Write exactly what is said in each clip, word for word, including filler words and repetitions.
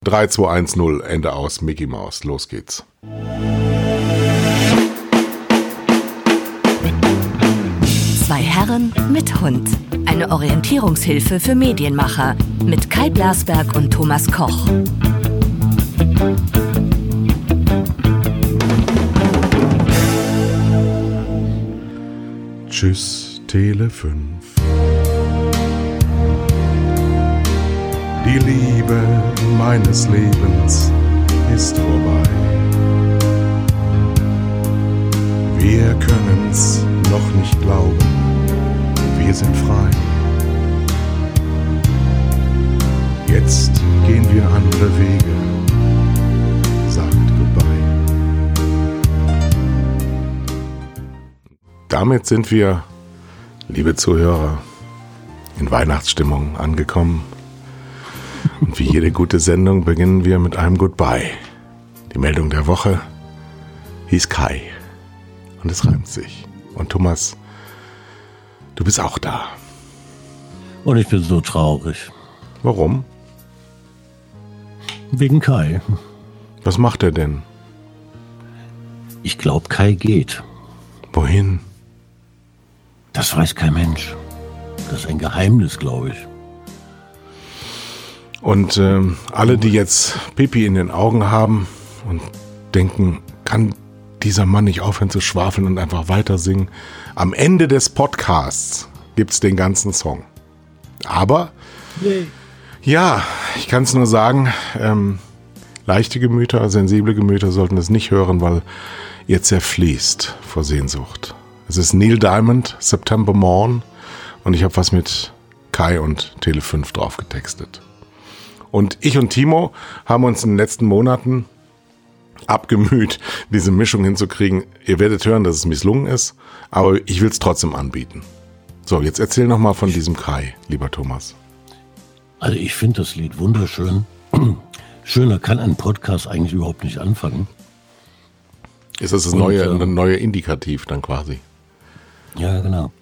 drei zwei eins null, Ende aus, Mickey Maus, los geht's. Zwei Herren mit Hund. Eine Orientierungshilfe für Medienmacher mit Kai Blasberg und Thomas Koch. Tschüss, Tele fünf. Die Liebe meines Lebens ist vorbei. Wir können's noch nicht glauben, wir sind frei. Jetzt gehen wir andere Wege, sagt goodbye. Damit sind wir, liebe Zuhörer, in Weihnachtsstimmung angekommen. Und wie jede gute Sendung beginnen wir mit einem Goodbye. Die Meldung der Woche hieß Kai. Und es reimt sich. Und Thomas, du bist auch da. Und ich bin so traurig. Warum? Wegen Kai. Was macht er denn? Ich glaube, Kai geht. Wohin? Das weiß kein Mensch. Das ist ein Geheimnis, glaube ich. Und ähm, alle, die jetzt Pipi in den Augen haben und denken, kann dieser Mann nicht aufhören zu schwafeln und einfach weiter singen? Am Ende des Podcasts gibt's den ganzen Song. Aber, nee. Ja, ich kann es nur sagen, ähm, leichte Gemüter, sensible Gemüter sollten es nicht hören, weil ihr zerfließt vor Sehnsucht. Es ist Neil Diamond, September Morn, und ich habe was mit Kai und Tele fünf drauf getextet. Und ich und Timo haben uns in den letzten Monaten abgemüht, diese Mischung hinzukriegen. Ihr werdet hören, dass es misslungen ist, aber ich will es trotzdem anbieten. So, jetzt erzähl noch mal von diesem Kai, lieber Thomas. Also ich finde das Lied wunderschön. Schöner kann ein Podcast eigentlich überhaupt nicht anfangen. Ist das das und, neue, äh, ein neuer Indikativ dann quasi? Ja, genau.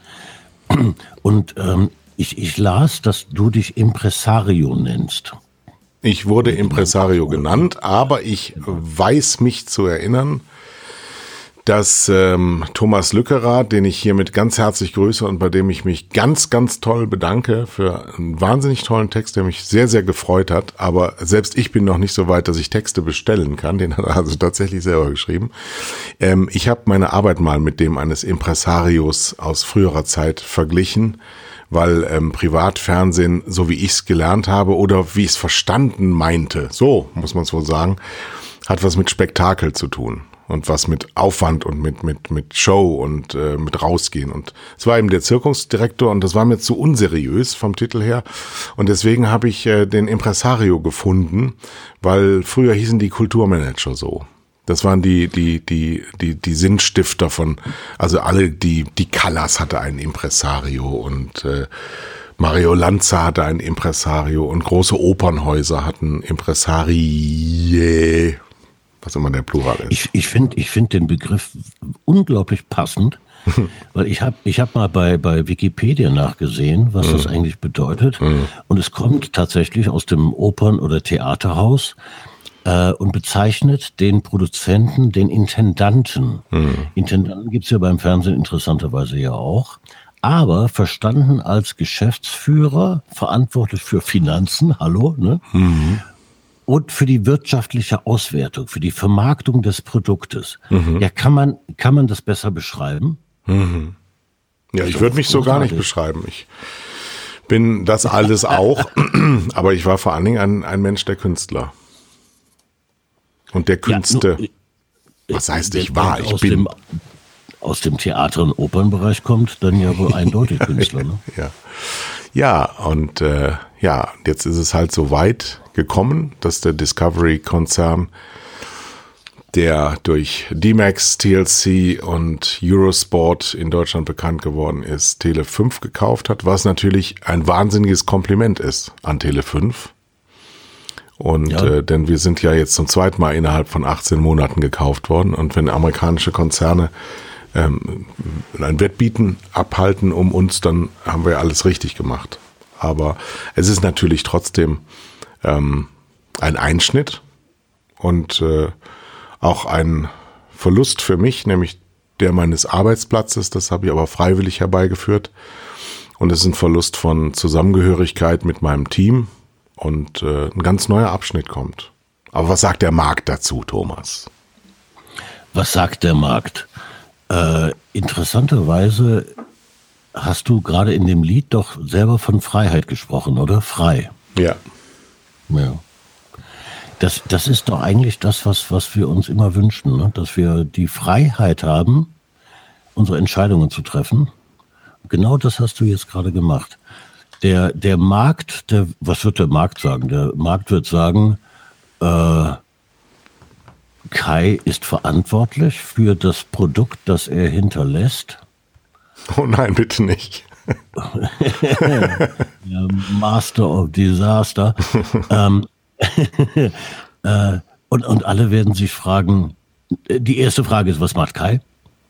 Und ähm, ich, ich las, dass du dich Impresario nennst. Ich wurde Impresario genannt, aber ich weiß mich zu erinnern, dass ähm, Thomas Lückerath, den ich hiermit ganz herzlich grüße und bei dem ich mich ganz, ganz toll bedanke für einen wahnsinnig tollen Text, der mich sehr, sehr gefreut hat. Aber selbst ich bin noch nicht so weit, dass ich Texte bestellen kann. Den hat er also tatsächlich selber geschrieben. Ähm, ich habe meine Arbeit mal mit dem eines Impresarios aus früherer Zeit verglichen, weil ähm, Privatfernsehen, so wie ich es gelernt habe oder wie ich es verstanden meinte, so muss man es wohl sagen, hat was mit Spektakel zu tun und was mit Aufwand und mit mit mit Show und äh, mit rausgehen. Und es war eben der Zirkusdirektor und das war mir zu unseriös vom Titel her. Und deswegen habe ich äh, den Impresario gefunden, weil früher hießen die Kulturmanager so. Das waren die, die, die, die, die Sinnstifter von, also alle, die, die Callas hatte einen Impresario und äh, Mario Lanza hatte einen Impresario und große Opernhäuser hatten Impresarie, was immer der Plural ist. Ich, ich finde, ich finde den Begriff unglaublich passend, weil ich habe, ich habe mal bei, bei Wikipedia nachgesehen, was mm. das eigentlich bedeutet. Mm. Und es kommt tatsächlich aus dem Opern- oder Theaterhaus. Und bezeichnet den Produzenten, den Intendanten. Hm. Intendanten gibt's ja beim Fernsehen interessanterweise ja auch. Aber verstanden als Geschäftsführer, verantwortlich für Finanzen, hallo, ne? Mhm. Und für die wirtschaftliche Auswertung, für die Vermarktung des Produktes. Mhm. Ja, kann man, kann man das besser beschreiben? Mhm. Ja, ich würde mich so gar nicht beschreiben. Ich bin das alles auch, aber ich war vor allen Dingen ein, ein Mensch der Künstler. Und der Künste, ja, nur, was heißt ich war, ich bin. Dem, aus dem Theater- und Opernbereich kommt, dann ja wohl eindeutig Künstler. Ne? ja. ja, und äh, ja, jetzt ist es halt so weit gekommen, dass der Discovery-Konzern, der durch D-Max, T L C und Eurosport in Deutschland bekannt geworden ist, Tele fünf gekauft hat, was natürlich ein wahnsinniges Kompliment ist an Tele fünf. Und ja. äh, denn wir sind ja jetzt zum zweiten Mal innerhalb von achtzehn Monaten gekauft worden. Und wenn amerikanische Konzerne ähm, ein Wettbieten abhalten um uns, dann haben wir alles richtig gemacht. Aber es ist natürlich trotzdem ähm, ein Einschnitt und äh, auch ein Verlust für mich, nämlich der meines Arbeitsplatzes. Das habe ich aber freiwillig herbeigeführt. Und es ist ein Verlust von Zusammengehörigkeit mit meinem Team und äh, ein ganz neuer Abschnitt kommt. Aber was sagt der Markt dazu, Thomas? Was sagt der Markt? Äh, interessanterweise hast du gerade in dem Lied doch selber von Freiheit gesprochen, oder? Frei. Ja. Ja. Das, das ist doch eigentlich das, was, was wir uns immer wünschen, ne? Dass wir die Freiheit haben, unsere Entscheidungen zu treffen. Genau das hast du jetzt gerade gemacht. Der, der Markt, der, was wird der Markt sagen? Der Markt wird sagen, äh, Kai ist verantwortlich für das Produkt, das er hinterlässt. Oh nein, bitte nicht. Ja, Master of Disaster. ähm, äh, und, und alle werden sich fragen, die erste Frage ist, was macht Kai?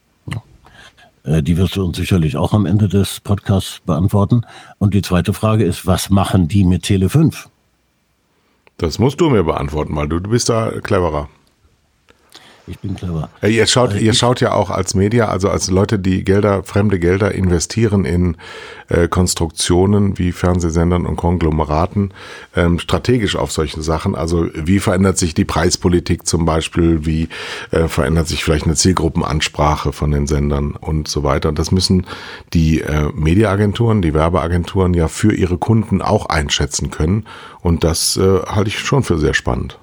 Äh, die wirst du uns sicherlich auch am Ende des Podcasts beantworten. Und die zweite Frage ist, was machen die mit Tele fünf? Das musst du mir beantworten, weil du, du bist da cleverer. Ich bin clever. Ihr schaut, ihr schaut ja auch als Media, also als Leute, die Gelder, fremde Gelder investieren in äh, Konstruktionen wie Fernsehsendern und Konglomeraten, ähm, strategisch auf solche Sachen. Also wie verändert sich die Preispolitik zum Beispiel, wie äh, verändert sich vielleicht eine Zielgruppenansprache von den Sendern und so weiter. Und das müssen die äh, Mediaagenturen, die Werbeagenturen ja für ihre Kunden auch einschätzen können. Und das äh, halte ich schon für sehr spannend.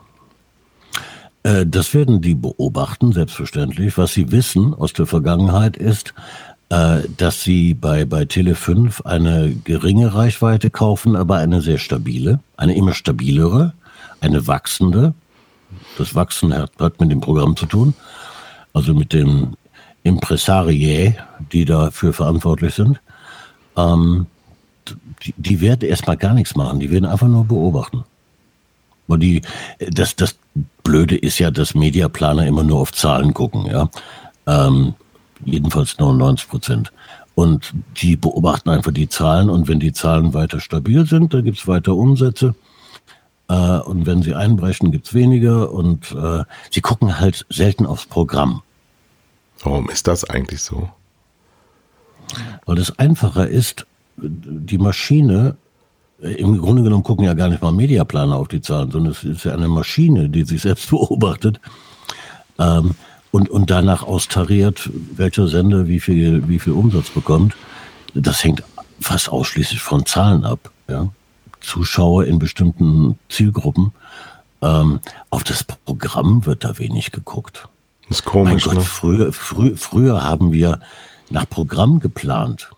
Das werden die beobachten, selbstverständlich. Was sie wissen aus der Vergangenheit ist, dass sie bei, bei Tele fünf eine geringe Reichweite kaufen, aber eine sehr stabile, eine immer stabilere, eine wachsende. Das Wachsen hat, hat mit dem Programm zu tun, also mit den Impresariae, die dafür verantwortlich sind. Ähm, die, die werden erstmal gar nichts machen, die werden einfach nur beobachten. Und die, das, das Blöde ist ja, dass Mediaplaner immer nur auf Zahlen gucken, ja. Ähm, jedenfalls neunundneunzig Prozent. Und die beobachten einfach die Zahlen und wenn die Zahlen weiter stabil sind, dann gibt's weiter Umsätze. Äh, und wenn sie einbrechen, gibt's weniger und äh, sie gucken halt selten aufs Programm. Warum ist das eigentlich so? Weil es einfacher ist, die Maschine. Im Grunde genommen gucken ja gar nicht mal Mediaplaner auf die Zahlen, sondern es ist ja eine Maschine, die sich selbst beobachtet ähm, und, und danach austariert, welcher Sender wie viel, wie viel Umsatz bekommt. Das hängt fast ausschließlich von Zahlen ab. Ja? Zuschauer in bestimmten Zielgruppen. Ähm, auf das Programm wird da wenig geguckt. Das ist komisch, mein Gott, ne? früher, frü- früher haben wir nach Programm geplant.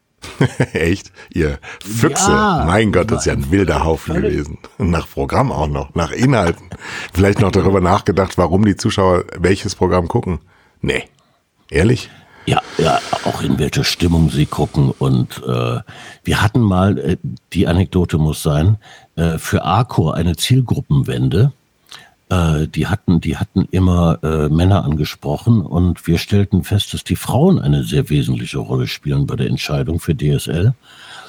Echt? Ihr Füchse. Ja, mein Gott, das ist ja ein wilder Haufen gewesen. Nach Programm auch noch, nach Inhalten. Vielleicht noch darüber nachgedacht, warum die Zuschauer welches Programm gucken. Nee. Ehrlich? Ja, ja, auch in welcher Stimmung sie gucken. Und äh, wir hatten mal, äh, die Anekdote muss sein, äh, für Arcor eine Zielgruppenwende. Äh, die hatten, die hatten immer äh, Männer angesprochen und wir stellten fest, dass die Frauen eine sehr wesentliche Rolle spielen bei der Entscheidung für D S L.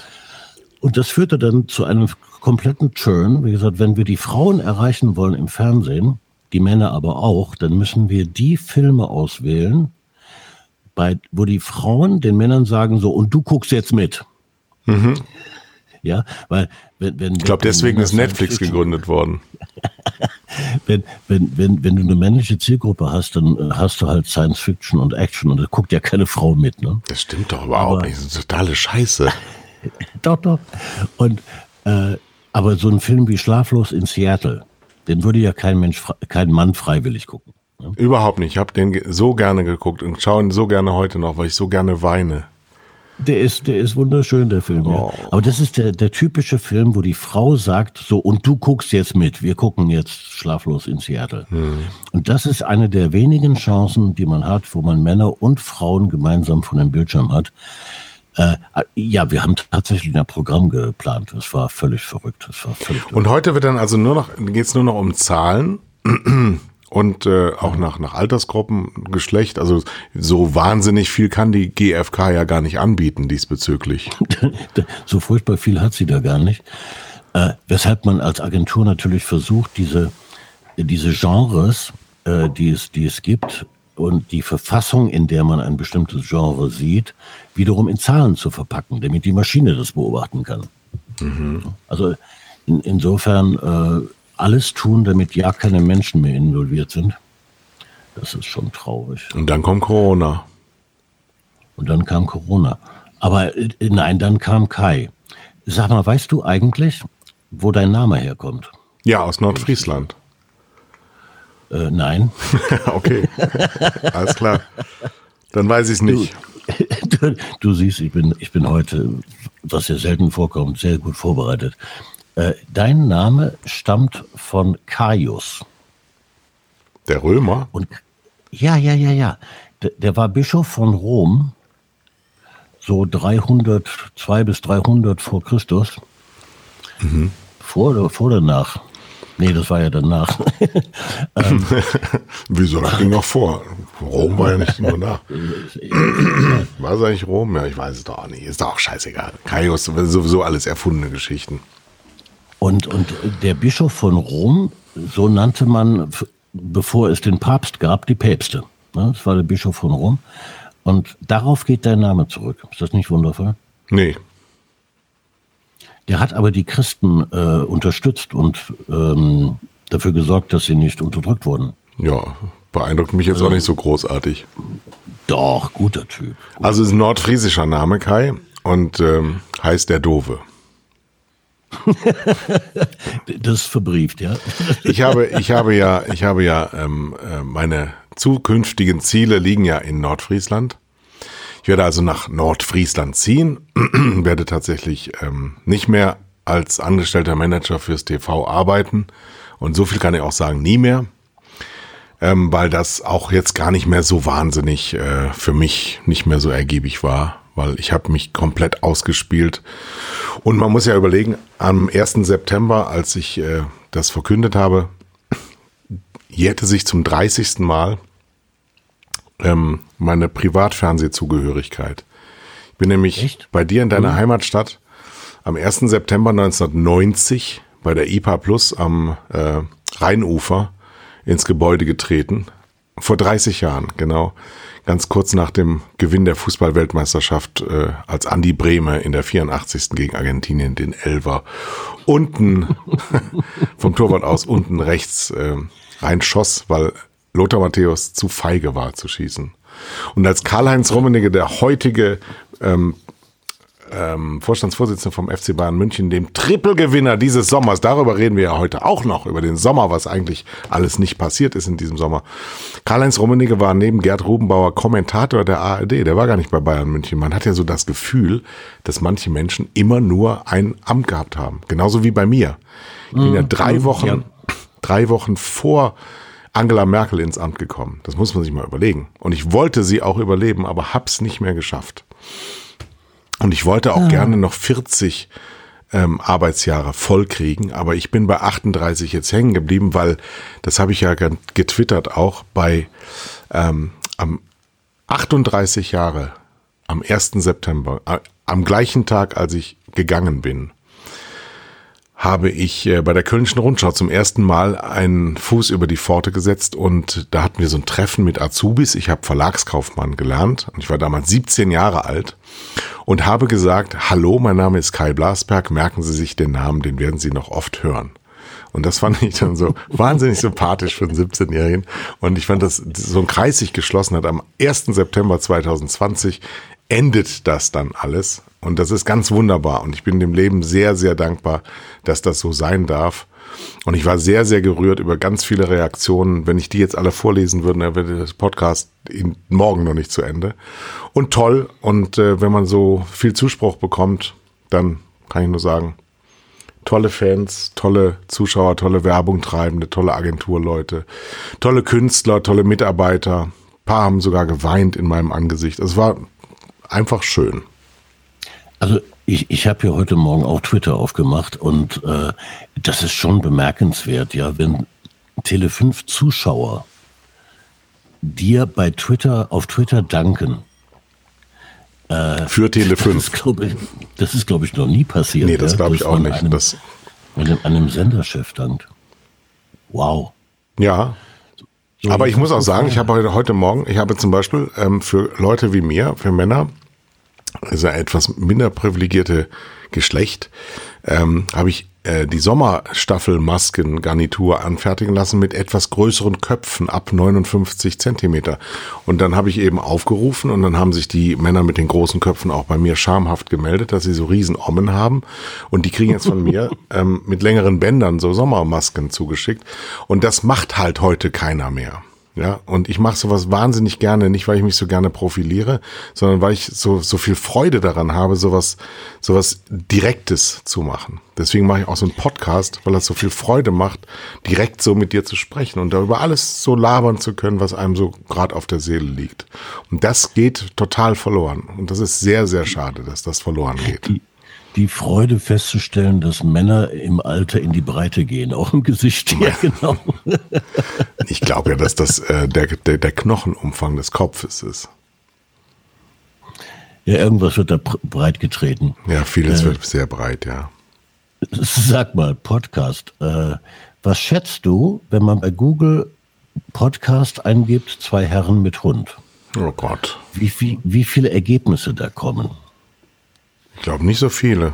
Und das führte dann zu einem kompletten Turn. Wie gesagt, wenn wir die Frauen erreichen wollen im Fernsehen, die Männer aber auch, dann müssen wir die Filme auswählen, bei, wo die Frauen den Männern sagen so, und du guckst jetzt mit. Mhm. Ja, weil wenn, wenn ich glaube, deswegen ist Netflix gegründet worden. wenn, wenn, wenn, wenn du eine männliche Zielgruppe hast, dann hast du halt Science Fiction und Action und da guckt ja keine Frau mit, ne? Das stimmt doch überhaupt nicht. Das ist totale Scheiße. Doch, doch. Und äh, aber so ein Film wie Schlaflos in Seattle, den würde ja kein Mensch, kein Mann freiwillig gucken. Ne? Überhaupt nicht. Ich habe den so gerne geguckt und schaue ihn so gerne heute noch, weil ich so gerne weine. Der ist, der ist wunderschön, der Film. Oh. Ja. Aber das ist der, der typische Film, wo die Frau sagt, so, und du guckst jetzt mit. Wir gucken jetzt Schlaflos in Seattle. Hm. Und das ist eine der wenigen Chancen, die man hat, wo man Männer und Frauen gemeinsam von dem Bildschirm hat. Äh, ja, wir haben tatsächlich ein Programm geplant. Das war völlig verrückt. Das war völlig und heute wird dann also nur noch, geht's nur noch um Zahlen. Und äh, auch nach, nach Altersgruppen, Geschlecht, also so wahnsinnig viel kann die G F K ja gar nicht anbieten diesbezüglich. So furchtbar viel hat sie da gar nicht. Äh, weshalb man als Agentur natürlich versucht, diese, diese Genres, äh, die, es, die es gibt und die Verfassung, in der man ein bestimmtes Genre sieht, wiederum in Zahlen zu verpacken, damit die Maschine das beobachten kann. Mhm. Also in, insofern äh, alles tun, damit ja keine Menschen mehr involviert sind. Das ist schon traurig. Und dann kommt Corona. Und dann kam Corona. Aber äh, nein, dann kam Kai. Sag mal, weißt du eigentlich, wo dein Name herkommt? Ja, aus Nordfriesland. Äh, nein. Okay, alles klar. Dann weiß ich es nicht. Du, du siehst, ich bin, ich bin heute, was ja selten vorkommt, sehr gut vorbereitet. Äh, dein Name stammt von Caius. Der Römer? Und, ja, ja, ja, ja. Der, der war Bischof von Rom, so dreihundert, zwei bis dreihundert vor Christus. Mhm. Vor oder vor oder nach? Nee, das war ja danach. ähm, Wieso? Das ging noch vor. Rom war ja nicht nur nach. War es eigentlich Rom? Ja, ich weiß es doch auch nicht. Ist doch auch scheißegal. Caius, sowieso alles erfundene Geschichten. Und, und der Bischof von Rom, so nannte man, bevor es den Papst gab, die Päpste. Das war der Bischof von Rom. Und darauf geht dein Name zurück. Ist das nicht wundervoll? Nee. Der hat aber die Christen äh, unterstützt und ähm, dafür gesorgt, dass sie nicht unterdrückt wurden. Ja, beeindruckt mich jetzt auch nicht so großartig. Doch, guter Typ. Gut. Also ist ein nordfriesischer Name, Kai, und ähm, heißt der Dove. Das ist verbrieft, ja. Ich habe, ich habe ja, ich habe ja, ähm, meine zukünftigen Ziele liegen ja in Nordfriesland. Ich werde also nach Nordfriesland ziehen, werde tatsächlich ähm, nicht mehr als angestellter Manager fürs T V arbeiten und so viel kann ich auch sagen, nie mehr, ähm, weil das auch jetzt gar nicht mehr so wahnsinnig äh, für mich nicht mehr so ergiebig war, weil ich habe mich komplett ausgespielt und man muss ja überlegen, am ersten September, als ich äh, das verkündet habe, jährte sich zum dreißigsten Mal ähm, meine Privatfernsehzugehörigkeit. Ich bin nämlich Echt? bei dir in deiner mhm. Heimatstadt am ersten September neunzehnhundertneunzig bei der I P A Plus am äh, Rheinufer ins Gebäude getreten. Vor dreißig Jahren, genau. Ganz kurz nach dem Gewinn der Fußball-Weltmeisterschaft, äh, als Andi Brehme in der vierundachtzigsten gegen Argentinien den Elfer unten vom Torwart aus unten rechts äh, reinschoss, weil Lothar Matthäus zu feige war zu schießen. Und als Karl-Heinz Rummenigge, der heutige ähm, ähm, Vorstandsvorsitzende vom F C Bayern München, dem Trippelgewinner dieses Sommers, darüber reden wir ja heute auch noch, über den Sommer, was eigentlich alles nicht passiert ist in diesem Sommer. Karl-Heinz Rummenigge war neben Gerd Rubenbauer Kommentator der A R D, der war gar nicht bei Bayern München. Man hat ja so das Gefühl, dass manche Menschen immer nur ein Amt gehabt haben. Genauso wie bei mir. Ich bin ja drei Wochen, ja. drei Wochen vor Angela Merkel ins Amt gekommen. Das muss man sich mal überlegen. Und ich wollte sie auch überleben, aber hab's nicht mehr geschafft. Und ich wollte auch ah. gerne noch vierzig ähm, Arbeitsjahre vollkriegen, aber ich bin bei achtunddreißig jetzt hängen geblieben, weil, das habe ich ja getwittert auch, bei ähm, am achtunddreißig Jahre, am ersten September, äh, am gleichen Tag, als ich gegangen bin, habe ich äh, bei der Kölnischen Rundschau zum ersten Mal einen Fuß über die Pforte gesetzt und da hatten wir so ein Treffen mit Azubis. Ich habe Verlagskaufmann gelernt und ich war damals siebzehn Jahre alt und habe gesagt, hallo, mein Name ist Kai Blasberg, merken Sie sich den Namen, den werden Sie noch oft hören. Und das fand ich dann so wahnsinnig sympathisch für einen siebzehnjährigen und ich fand, dass so ein Kreis sich geschlossen hat. Am ersten September zweitausendzwanzig endet das dann alles. Und das ist ganz wunderbar. Und ich bin dem Leben sehr, sehr dankbar, dass das so sein darf. Und ich war sehr, sehr gerührt über ganz viele Reaktionen. Wenn ich die jetzt alle vorlesen würde, dann wäre das Podcast morgen noch nicht zu Ende. Und toll. Und äh, wenn man so viel Zuspruch bekommt, dann kann ich nur sagen, tolle Fans, tolle Zuschauer, tolle Werbung treibende, tolle Agenturleute, tolle Künstler, tolle Mitarbeiter. Ein paar haben sogar geweint in meinem Angesicht. Es war einfach schön. Also ich, ich habe ja heute Morgen auch Twitter aufgemacht und äh, das ist schon bemerkenswert, ja, wenn Tele fünf Zuschauer dir bei Twitter auf Twitter danken. Äh, Für Tele fünf. Das ist, glaube ich, das ist, glaube ich, noch nie passiert. Nee, das glaube ich auch nicht. Einem, das Mit einem Senderchef dankt. Wow. Ja. So, aber ich muss auch sagen, ich habe heute, heute Morgen, ich habe zum Beispiel ähm, für Leute wie mir, für Männer, also etwas minder privilegierte Geschlecht, ähm, habe ich äh, die Sommerstaffelmaskengarnitur anfertigen lassen mit etwas größeren Köpfen ab neunundfünfzig Zentimeter. Und dann habe ich eben aufgerufen und dann haben sich die Männer mit den großen Köpfen auch bei mir schamhaft gemeldet, dass sie so riesen Ommen haben. Und die kriegen jetzt von mir ähm, mit längeren Bändern so Sommermasken zugeschickt. Und das macht halt heute keiner mehr. Ja, und ich mache sowas wahnsinnig gerne, nicht weil ich mich so gerne profiliere, sondern weil ich so so viel Freude daran habe, sowas sowas Direktes zu machen. Deswegen mache ich auch so einen Podcast, weil das so viel Freude macht, direkt so mit dir zu sprechen und darüber alles so labern zu können, was einem so gerade auf der Seele liegt. Und das geht total verloren. Und das ist sehr, sehr schade, dass das verloren geht. Die, die Freude festzustellen, dass Männer im Alter in die Breite gehen, auch im Gesicht. Ja, genau. Ich glaube ja, dass das äh, der, der, der Knochenumfang des Kopfes ist. Ja, irgendwas wird da breit getreten. Ja, vieles äh, wird sehr breit, ja. Sag mal, Podcast. Äh, was schätzt du, wenn man bei Google Podcast eingibt, zwei Herren mit Hund? Oh Gott. Wie, wie, wie viele Ergebnisse da kommen? Ich glaube nicht so viele.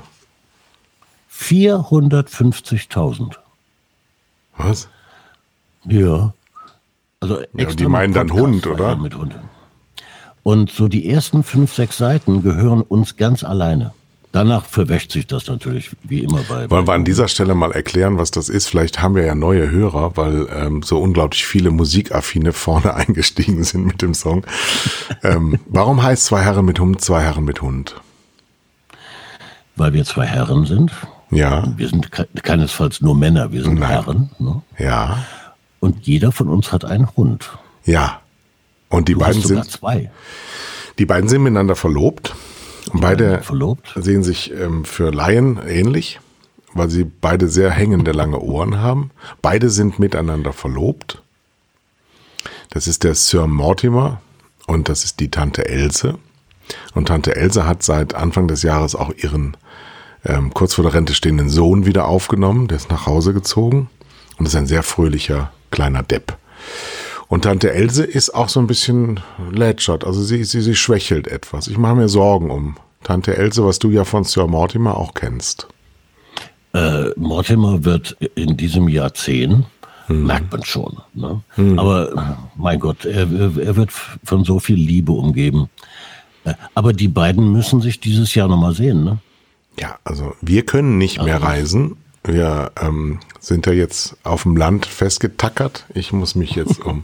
vierhundertfünfzigtausend. Was? Ja. Also ja, die meinen dann Hund, oder? Mit Hund. Und so die ersten fünf, sechs Seiten gehören uns ganz alleine. Danach verwäscht sich das natürlich, wie immer bei... Wollen wir an dieser Stelle mal erklären, was das ist? Vielleicht haben wir ja neue Hörer, weil ähm, so unglaublich viele Musikaffine vorne eingestiegen sind mit dem Song. ähm, warum heißt zwei Herren mit Hund, zwei Herren mit Hund? Weil wir zwei Herren sind. Ja. Wir sind ke- keinesfalls nur Männer, wir sind Nein. Herren. Ne? Ja. Und jeder von uns hat einen Hund. Ja. Und die Du beiden hast sogar sind zwei. Die beiden sind miteinander verlobt. Und beide verlobt. sehen sich ähm, für Laien ähnlich, weil sie beide sehr hängende lange Ohren haben. Beide sind miteinander verlobt. Das ist der Sir Mortimer und das ist die Tante Else. Und Tante Else hat seit Anfang des Jahres auch ihren ähm, kurz vor der Rente stehenden Sohn wieder aufgenommen. Der ist nach Hause gezogen und ist ein sehr fröhlicher kleiner Depp. Und Tante Else ist auch so ein bisschen lätschert, also sie, sie, sie schwächelt etwas. Ich mache mir Sorgen um Tante Else, was du ja von Sir Mortimer auch kennst. Äh, Mortimer wird in diesem Jahrzehnt, hm. merkt man schon. Ne? Hm. Aber mein Gott, er, er wird von so viel Liebe umgeben. Aber die beiden müssen sich dieses Jahr nochmal sehen, ne? Ja, also wir können nicht mehr also. reisen. Wir ähm, sind ja jetzt auf dem Land festgetackert. Ich muss mich jetzt um...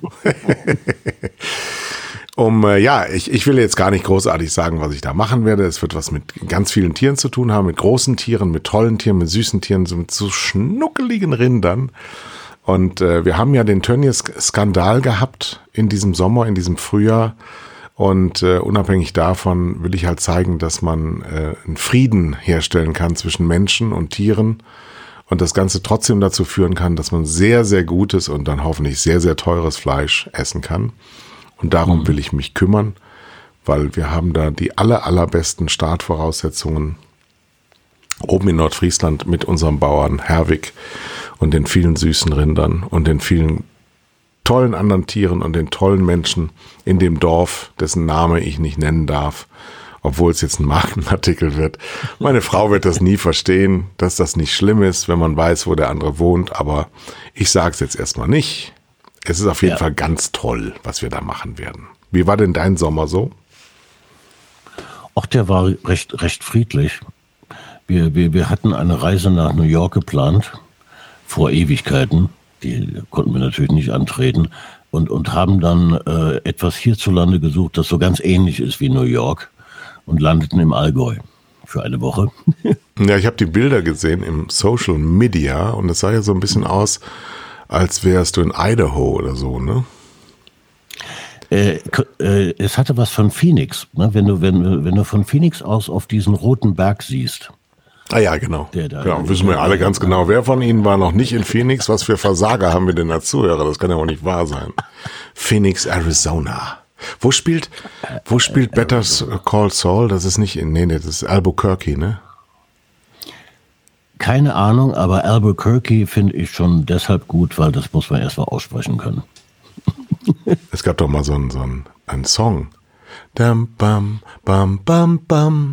um äh, ja, ich, ich will jetzt gar nicht großartig sagen, was ich da machen werde. Es wird was mit ganz vielen Tieren zu tun haben, mit großen Tieren, mit tollen Tieren, mit süßen Tieren, so mit so schnuckeligen Rindern. Und äh, wir haben ja den Tönnies-Skandal gehabt in diesem Sommer, in diesem Frühjahr. Und äh, unabhängig davon will ich halt zeigen, dass man äh, einen Frieden herstellen kann zwischen Menschen und Tieren und das Ganze trotzdem dazu führen kann, dass man sehr, sehr gutes und dann hoffentlich sehr, sehr teures Fleisch essen kann. Und darum mhm. will ich mich kümmern, weil wir haben da die aller, allerbesten Startvoraussetzungen oben in Nordfriesland mit unserem Bauern Herwig und den vielen süßen Rindern und den vielen tollen anderen Tieren und den tollen Menschen in dem Dorf, dessen Name ich nicht nennen darf, obwohl es jetzt ein Markenartikel wird. Meine Frau wird das nie verstehen, dass das nicht schlimm ist, wenn man weiß, wo der andere wohnt, aber ich sage es jetzt erstmal nicht. Es ist auf jeden ja. Fall ganz toll, was wir da machen werden. Wie war denn dein Sommer so? Ach, der war recht, recht friedlich. Wir, wir, wir hatten eine Reise nach New York geplant, vor Ewigkeiten. Die konnten wir natürlich nicht antreten und, und haben dann äh, etwas hierzulande gesucht, das so ganz ähnlich ist wie New York und landeten im Allgäu für eine Woche. Ja, ich habe die Bilder gesehen im Social Media und es sah ja so ein bisschen aus, als wärst du in Idaho oder so, ne? Äh, äh, es hatte was von Phoenix, ne? Wenn du, wenn, wenn du von Phoenix aus auf diesen roten Berg siehst. Ah ja, genau. Der da, ja, wissen wir alle ganz genau. Wer von Ihnen war noch nicht in Phoenix? Was für Versager haben wir denn als Zuhörer? Das kann ja auch nicht wahr sein. Phoenix, Arizona. Wo spielt, wo spielt Better Call Saul? Das ist nicht in, nee, nee, das ist Albuquerque, ne? Keine Ahnung, aber Albuquerque finde ich schon deshalb gut, weil das muss man erst mal aussprechen können. Es gab doch mal so einen, so einen, einen Song. Dam, bam, bam, bam, bam,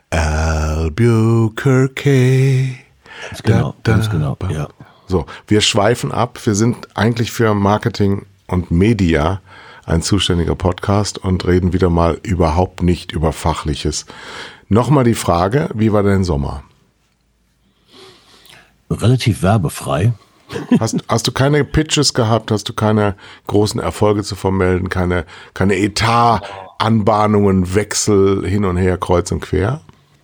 Albuquerque. Ganz genau, da, da, ganz genau, bam. Ja. So, wir schweifen ab. Wir sind eigentlich für Marketing und Media ein zuständiger Podcast und reden wieder mal überhaupt nicht über Fachliches. Nochmal die Frage, wie war dein Sommer? Relativ werbefrei. Hast, hast du keine Pitches gehabt? Hast du keine großen Erfolge zu vermelden? Keine, keine Etat-Anbahnungen, Wechsel hin und her, kreuz und quer?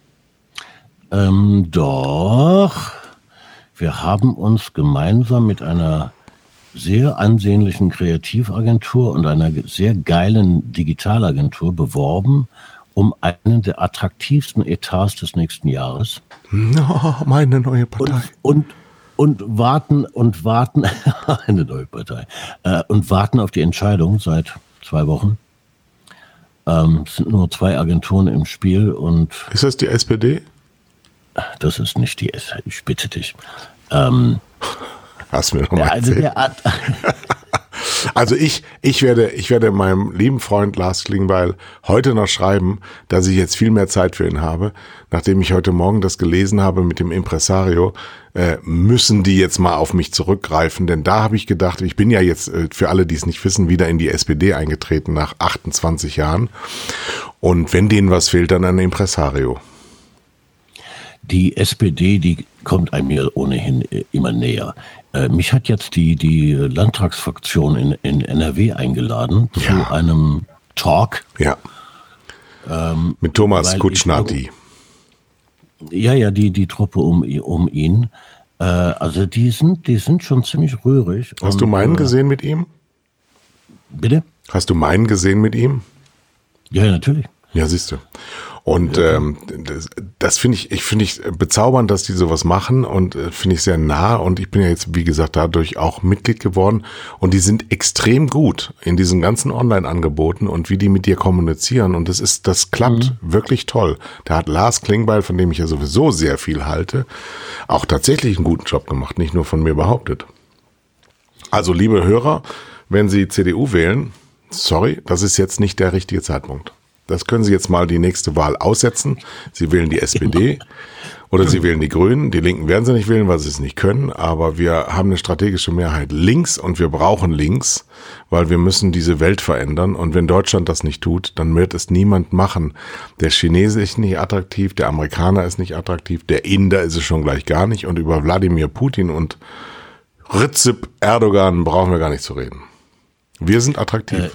Ähm, doch. Wir haben uns gemeinsam mit einer sehr ansehnlichen Kreativagentur und einer sehr geilen Digitalagentur beworben um einen der attraktivsten Etats des nächsten Jahres. No, meine neue Partei. Und, und, und warten und warten, eine neue Partei, äh, und warten auf die Entscheidung seit zwei Wochen. Ähm, es sind nur zwei Agenturen im Spiel und... Ist das die S P D? Das ist nicht die S P D, ich bitte dich. Ähm, Hast du mir noch mal also erzählt. Der Art, Also ich, ich werde, ich werde meinem lieben Freund Lars Klingbeil heute noch schreiben, dass ich jetzt viel mehr Zeit für ihn habe. Nachdem ich heute Morgen das gelesen habe mit dem Impresario, äh, müssen die jetzt mal auf mich zurückgreifen. Denn da habe ich gedacht, ich bin ja jetzt, äh, für alle, die es nicht wissen, wieder in die S P D eingetreten nach achtundzwanzig Jahren. Und wenn denen was fehlt, dann ein Impresario. Die S P D, die kommt einem mir ohnehin immer näher. Äh, mich hat jetzt die, die Landtagsfraktion in, in N R W eingeladen ja. zu einem Talk. Ja. Ähm, Mit Thomas Kutschnati. Ja, ja, die, die Truppe um, um ihn. Äh, also die sind, die sind schon ziemlich rührig. Hast und, du meinen äh, gesehen mit ihm? Bitte? Hast du meinen gesehen mit ihm? Ja, ja, natürlich. Ja, siehst du. Und ja. ähm, das, das finde ich, ich finde ich bezaubernd, dass die sowas machen und äh, finde ich sehr nah. Und ich bin ja jetzt, wie gesagt, dadurch auch Mitglied geworden. Und die sind extrem gut in diesen ganzen Online-Angeboten und wie die mit dir kommunizieren. Und das ist, das klappt mhm. wirklich toll. Da hat Lars Klingbeil, von dem ich ja sowieso sehr viel halte, auch tatsächlich einen guten Job gemacht, nicht nur von mir behauptet. Also, liebe Hörer, wenn Sie C D U wählen, sorry, das ist jetzt nicht der richtige Zeitpunkt. Das können Sie jetzt mal die nächste Wahl aussetzen. Sie wählen die S P D oder Sie wählen die Grünen. Die Linken werden Sie nicht wählen, weil Sie es nicht können. Aber wir haben eine strategische Mehrheit links und wir brauchen links, weil wir müssen diese Welt verändern. Und wenn Deutschland das nicht tut, dann wird es niemand machen. Der Chinese ist nicht attraktiv, der Amerikaner ist nicht attraktiv, der Inder ist es schon gleich gar nicht. Und über Wladimir Putin und Recep Erdogan brauchen wir gar nicht zu reden. Wir sind attraktiv. Äh.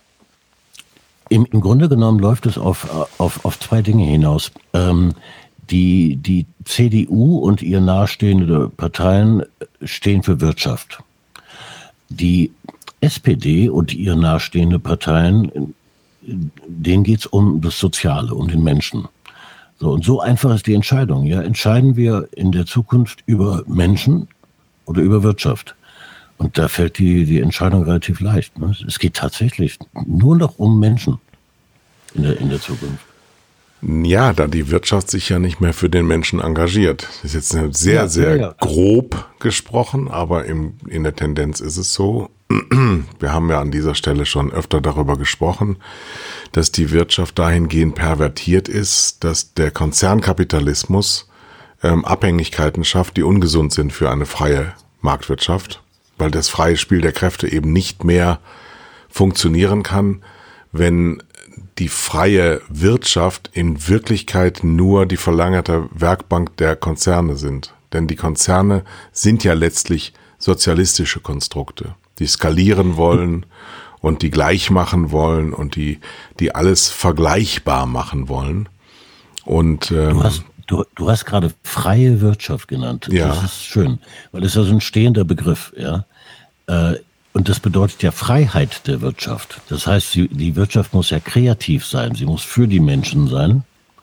Im, Im Grunde genommen läuft es auf, auf, auf zwei Dinge hinaus. Ähm, die, die C D U und ihr nahestehende Parteien stehen für Wirtschaft. Die S P D und ihr nahestehende Parteien, denen geht es um das Soziale, um den Menschen. So, und so einfach ist die Entscheidung. Ja? Entscheiden wir in der Zukunft über Menschen oder über Wirtschaft? Und da fällt die, die Entscheidung relativ leicht. Ne? Es geht tatsächlich nur noch um Menschen in der, in der Zukunft. Ja, da die Wirtschaft sich ja nicht mehr für den Menschen engagiert. Das ist jetzt sehr, ja, sehr ja, ja. grob gesprochen, aber im, in der Tendenz ist es so. Wir haben ja an dieser Stelle schon öfter darüber gesprochen, dass die Wirtschaft dahingehend pervertiert ist, dass der Konzernkapitalismus ähm, Abhängigkeiten schafft, die ungesund sind für eine freie Marktwirtschaft. Weil das freie Spiel der Kräfte eben nicht mehr funktionieren kann, wenn die freie Wirtschaft in Wirklichkeit nur die verlängerte Werkbank der Konzerne sind. Denn die Konzerne sind ja letztlich sozialistische Konstrukte, die skalieren wollen und die gleich machen wollen und die, die alles vergleichbar machen wollen. Und ähm, du hast Du, du hast gerade freie Wirtschaft genannt. Ja. Das ist schön, weil das ist ja so ein stehender Begriff. Ja? Und das bedeutet ja Freiheit der Wirtschaft. Das heißt, die Wirtschaft muss ja kreativ sein, sie muss für die Menschen sein.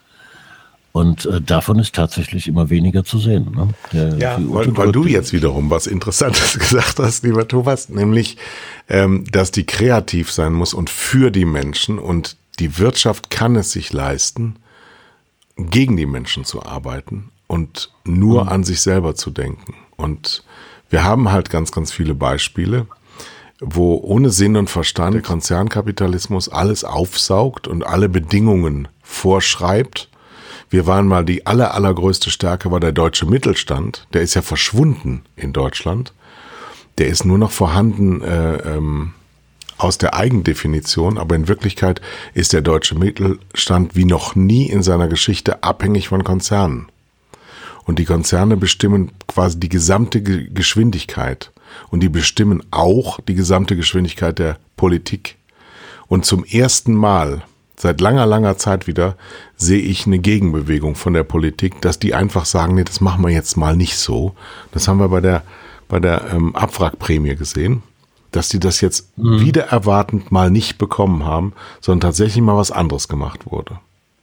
Und davon ist tatsächlich immer weniger zu sehen. Ne? Der, ja, weil, weil du jetzt wiederum was Interessantes gesagt hast, lieber Thomas, nämlich, ähm, dass die kreativ sein muss und für die Menschen. Und die Wirtschaft kann es sich leisten, gegen die Menschen zu arbeiten und nur mhm. an sich selber zu denken. Und wir haben halt ganz, ganz viele Beispiele, wo ohne Sinn und Verstand der Konzernkapitalismus alles aufsaugt und alle Bedingungen vorschreibt. Wir waren mal die aller, allergrößte Stärke war der deutsche Mittelstand. Der ist ja verschwunden in Deutschland. Der ist nur noch vorhanden äh, ähm, aus der Eigendefinition, aber in Wirklichkeit ist der deutsche Mittelstand wie noch nie in seiner Geschichte abhängig von Konzernen. Und die Konzerne bestimmen quasi die gesamte Ge- Geschwindigkeit und die bestimmen auch die gesamte Geschwindigkeit der Politik. Und zum ersten Mal seit langer, langer Zeit wieder sehe ich eine Gegenbewegung von der Politik, dass die einfach sagen, nee, das machen wir jetzt mal nicht so. Das haben wir bei der, bei der ähm, Abwrackprämie gesehen, dass die das jetzt mhm. wieder erwartend mal nicht bekommen haben, sondern tatsächlich mal was anderes gemacht wurde.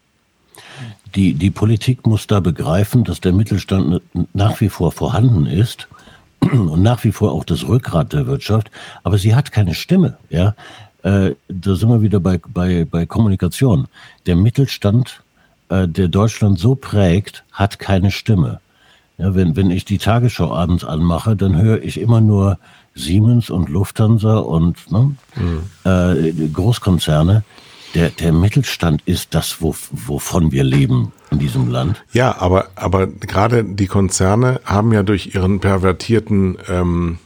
Die, die Politik muss da begreifen, dass der Mittelstand nach wie vor vorhanden ist und nach wie vor auch das Rückgrat der Wirtschaft, aber sie hat keine Stimme, ja. Äh, da sind wir wieder bei, bei, bei Kommunikation. Der Mittelstand, äh, der Deutschland so prägt, hat keine Stimme. Ja, wenn, wenn ich die Tagesschau abends anmache, dann höre ich immer nur Siemens und Lufthansa und ne, mhm. äh, Großkonzerne. Der, der Mittelstand ist das, wo, wovon wir leben in diesem Land. Ja, aber, aber gerade die Konzerne haben ja durch ihren pervertierten ähm,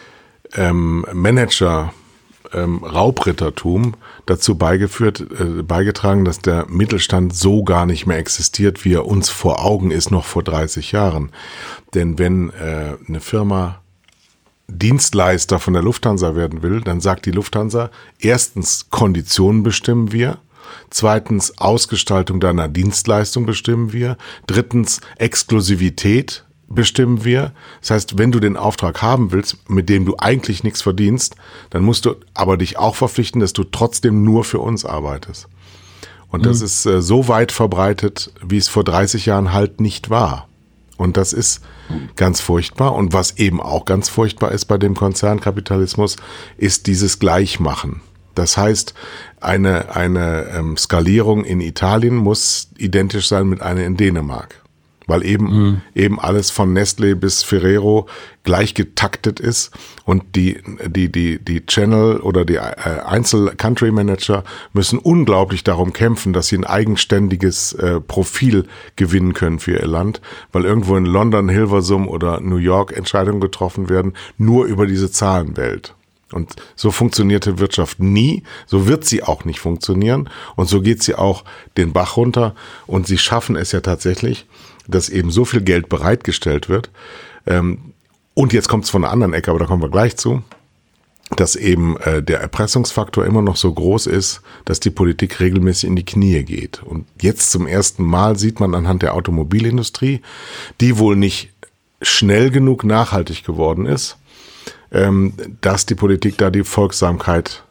ähm, Manager Ähm, Raubrittertum dazu beigeführt, äh, beigetragen, dass der Mittelstand so gar nicht mehr existiert, wie er uns vor Augen ist, noch vor dreißig Jahren. Denn wenn äh, eine Firma Dienstleister von der Lufthansa werden will, dann sagt die Lufthansa, erstens Konditionen bestimmen wir, zweitens Ausgestaltung deiner Dienstleistung bestimmen wir, drittens Exklusivität bestimmen wir. Das heißt, wenn du den Auftrag haben willst, mit dem du eigentlich nichts verdienst, dann musst du aber dich auch verpflichten, dass du trotzdem nur für uns arbeitest. Und das mhm. ist äh, so weit verbreitet, wie es vor dreißig Jahren halt nicht war. Und das ist ganz furchtbar. Und was eben auch ganz furchtbar ist bei dem Konzernkapitalismus, ist dieses Gleichmachen. Das heißt, eine, eine ähm, Skalierung in Italien muss identisch sein mit einer in Dänemark. Weil eben, mhm. eben alles von Nestlé bis Ferrero gleich getaktet ist und die, die, die, die Channel oder die äh, Einzel-Country-Manager müssen unglaublich darum kämpfen, dass sie ein eigenständiges äh, Profil gewinnen können für ihr Land, weil irgendwo in London, Hilversum oder New York Entscheidungen getroffen werden, nur über diese Zahlenwelt. Und so funktionierte Wirtschaft nie, so wird sie auch nicht funktionieren und so geht sie auch den Bach runter und sie schaffen es ja tatsächlich, dass eben so viel Geld bereitgestellt wird. Und jetzt kommt es von einer anderen Ecke, aber da kommen wir gleich zu, dass eben der Erpressungsfaktor immer noch so groß ist, dass die Politik regelmäßig in die Knie geht. Und jetzt zum ersten Mal sieht man anhand der Automobilindustrie, die wohl nicht schnell genug nachhaltig geworden ist, dass die Politik da die Folgsamkeit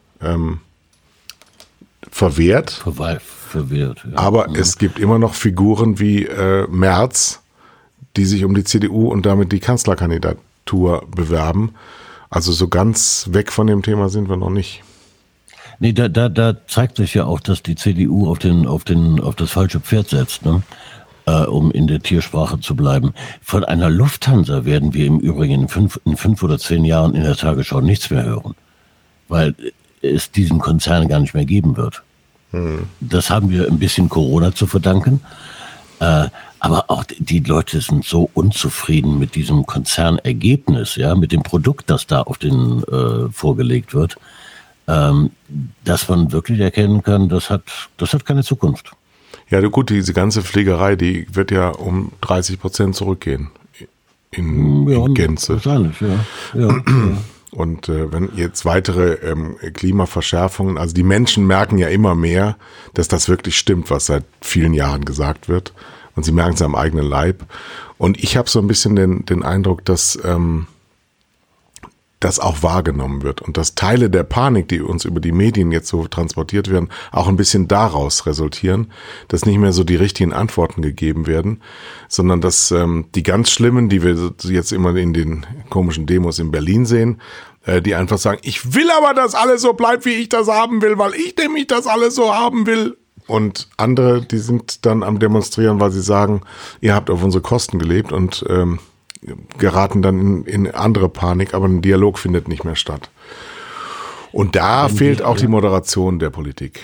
verwehrt. Verweilt. Verwirrt, ja. Aber ja. Es gibt immer noch Figuren wie äh, Merz, die sich um die C D U und damit die Kanzlerkandidatur bewerben. Also so ganz weg von dem Thema sind wir noch nicht. Nee, da, da, da zeigt sich ja auch, dass die C D U auf den, auf den, auf das falsche Pferd setzt, ne? Äh, um in der Tiersprache zu bleiben. Von einer Lufthansa werden wir im Übrigen in fünf, in fünf oder zehn Jahren in der Tagesschau nichts mehr hören, weil es diesen Konzern gar nicht mehr geben wird. Das haben wir ein bisschen Corona zu verdanken. Äh, aber auch die Leute sind so unzufrieden mit diesem Konzernergebnis, ja, mit dem Produkt, das da auf den äh, vorgelegt wird, ähm, dass man wirklich erkennen kann, das hat, das hat keine Zukunft. Ja, gut, diese ganze Pflegerei, die wird ja um dreißig Prozent zurückgehen. In, ja, in Gänze. Wahrscheinlich, ja. ja, ja. Und äh, wenn jetzt weitere ähm, Klimaverschärfungen, also die Menschen merken ja immer mehr, dass das wirklich stimmt, was seit vielen Jahren gesagt wird. Und sie merken es am eigenen Leib. Und ich habe so ein bisschen den, den Eindruck, dass ähm, das auch wahrgenommen wird. Und dass Teile der Panik, die uns über die Medien jetzt so transportiert werden, auch ein bisschen daraus resultieren, dass nicht mehr so die richtigen Antworten gegeben werden, sondern dass ähm, die ganz schlimmen, die wir jetzt immer in den komischen Demos in Berlin sehen, äh, die einfach sagen, ich will aber, dass alles so bleibt, wie ich das haben will, weil ich nämlich das alles so haben will. und andere, die sind dann am Demonstrieren, weil sie sagen, ihr habt auf unsere Kosten gelebt und ähm, geraten dann in, in andere Panik, aber ein Dialog findet nicht mehr statt. Und da Wenn fehlt die, auch ja. die Moderation der Politik.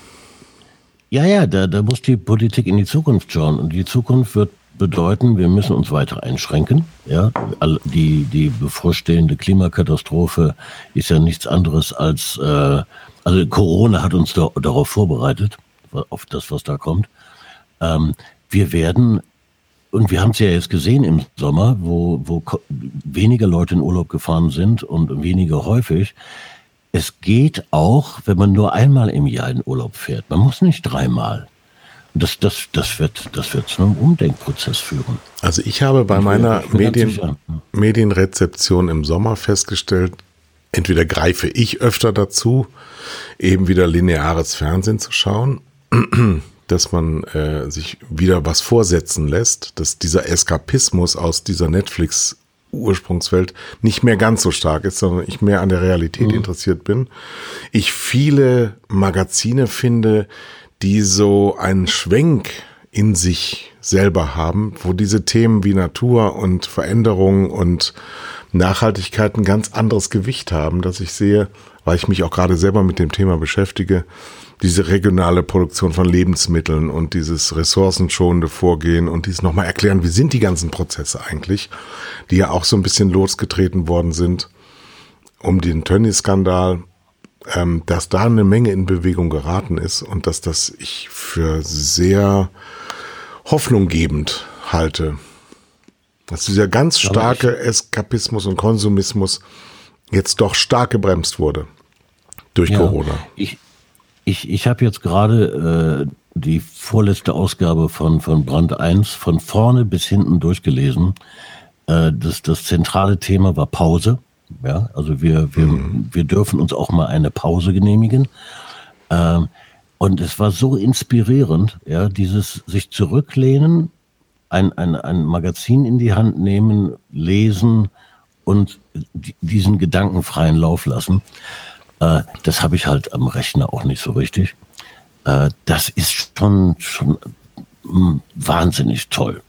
Ja, ja, da, da muss die Politik in die Zukunft schauen. Und die Zukunft wird bedeuten, wir müssen uns weiter einschränken. Ja, die, die bevorstehende Klimakatastrophe ist ja nichts anderes als, äh, also Corona hat uns da, darauf vorbereitet, auf das, was da kommt. Ähm, wir werden, und wir haben es ja jetzt gesehen im Sommer, wo, wo weniger Leute in Urlaub gefahren sind und weniger häufig. Es geht auch, wenn man nur einmal im Jahr in Urlaub fährt. Man muss nicht dreimal. Das, das, das wird, das wird zu einem Umdenkprozess führen. Also ich habe bei ich meiner bin, Medien, Medienrezeption im Sommer festgestellt, entweder greife ich öfter dazu, eben wieder lineares Fernsehen zu schauen, dass man äh, sich wieder was vorsetzen lässt, dass dieser Eskapismus aus dieser Netflix Ursprungswelt nicht mehr ganz so stark ist, sondern ich mehr an der Realität mhm. interessiert bin. Ich viele Magazine finde, die so einen Schwenk in sich selber haben, wo diese Themen wie Natur und Veränderung und Nachhaltigkeit ein ganz anderes Gewicht haben, dass ich sehe, weil ich mich auch gerade selber mit dem Thema beschäftige, diese regionale Produktion von Lebensmitteln und dieses ressourcenschonende Vorgehen und dies nochmal erklären, wie sind die ganzen Prozesse eigentlich, die ja auch so ein bisschen losgetreten worden sind um den Tönnies-Skandal, ähm, dass da eine Menge in Bewegung geraten ist und dass das ich für sehr hoffnunggebend halte. Dass dieser ganz starke Eskapismus und Konsumismus jetzt doch stark gebremst wurde durch ja, Corona. Ich Ich, ich habe jetzt gerade äh, die vorletzte Ausgabe von, von Brand eins von vorne bis hinten durchgelesen. Äh, das, das zentrale Thema war Pause. Ja, also wir, wir, mhm. wir dürfen uns auch mal eine Pause genehmigen. Äh, und es war so inspirierend, ja, dieses sich zurücklehnen, ein, ein, ein Magazin in die Hand nehmen, lesen und die, diesen Gedanken freien Lauf lassen. Das habe ich halt am Rechner auch nicht so richtig. Das ist schon, schon wahnsinnig toll.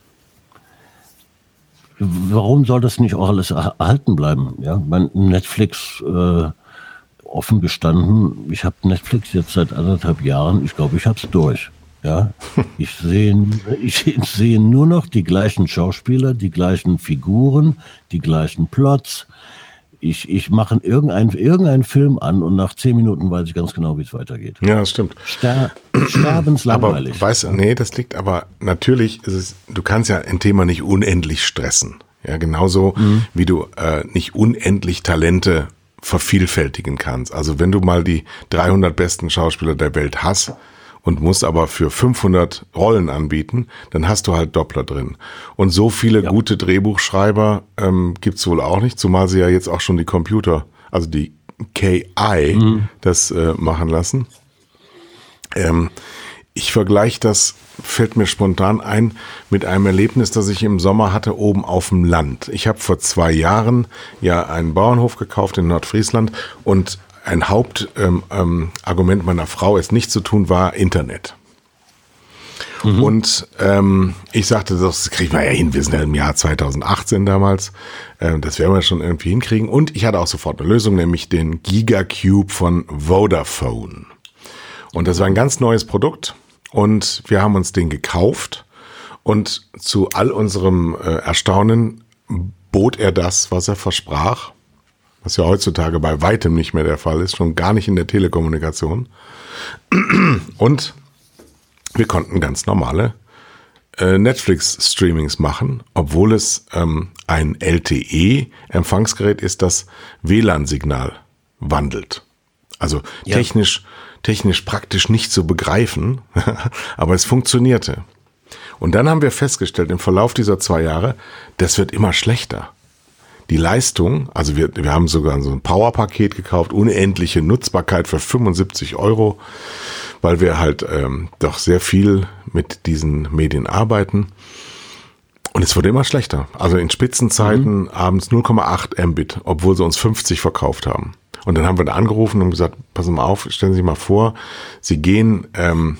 Warum soll das nicht auch alles erhalten bleiben? Ja, mein Netflix, äh, offen gestanden, ich habe Netflix jetzt seit anderthalb Jahren, ich glaube, ich habe es durch. Ja, ich sehe, ich sehe nur noch die gleichen Schauspieler, die gleichen Figuren, die gleichen Plots. Ich, ich mache irgendeinen irgendein Film an und nach zehn Minuten weiß ich ganz genau, wie es weitergeht. Ja, das stimmt. Ster sterbenslangweilig. Aber weißt du, nee, das liegt aber natürlich, ist es, du kannst ja ein Thema nicht unendlich stressen. Ja, genauso mhm. wie du äh, nicht unendlich Talente vervielfältigen kannst. Also wenn du mal die dreihundert besten Schauspieler der Welt hast und musst aber für fünfhundert Rollen anbieten, dann hast du halt Doppler drin. Und so viele ja. gute Drehbuchschreiber ähm, gibt's wohl auch nicht, zumal sie ja jetzt auch schon die Computer, also die K I, mhm. das äh, machen lassen. Ähm, ich vergleiche das, fällt mir spontan ein, mit einem Erlebnis, das ich im Sommer hatte, oben auf dem Land. Ich habe vor zwei Jahren ja einen Bauernhof gekauft in Nordfriesland und ein Hauptargument ähm, ähm, meiner Frau, es nicht zu tun, war Internet. Mhm. Und ähm, ich sagte, das kriegen wir ja hin, wir sind ja im Jahr zweitausendachtzehn damals, äh, das werden wir schon irgendwie hinkriegen. Und ich hatte auch sofort eine Lösung, nämlich den Gigacube von Vodafone. Und das war ein ganz neues Produkt und wir haben uns den gekauft und zu all unserem äh, Erstaunen bot er das, was er versprach. Was ja heutzutage bei weitem nicht mehr der Fall ist, schon gar nicht in der Telekommunikation. Und wir konnten ganz normale äh, Netflix-Streamings machen, obwohl es ähm, ein L T E-Empfangsgerät ist, das W L A N-Signal wandelt. Also ja. technisch, technisch praktisch nicht zu begreifen, aber es funktionierte. Und dann haben wir festgestellt, im Verlauf dieser zwei Jahre, das wird immer schlechter. Die Leistung, also wir, wir haben sogar so ein Power-Paket gekauft, unendliche Nutzbarkeit für fünfundsiebzig Euro, weil wir halt ähm, doch sehr viel mit diesen Medien arbeiten. Und es wurde immer schlechter. Also in Spitzenzeiten mhm. abends null Komma acht Mbit, obwohl sie uns fünfzig verkauft haben. Und dann haben wir da angerufen und gesagt, passen Sie mal auf, stellen Sie sich mal vor, Sie gehen ähm,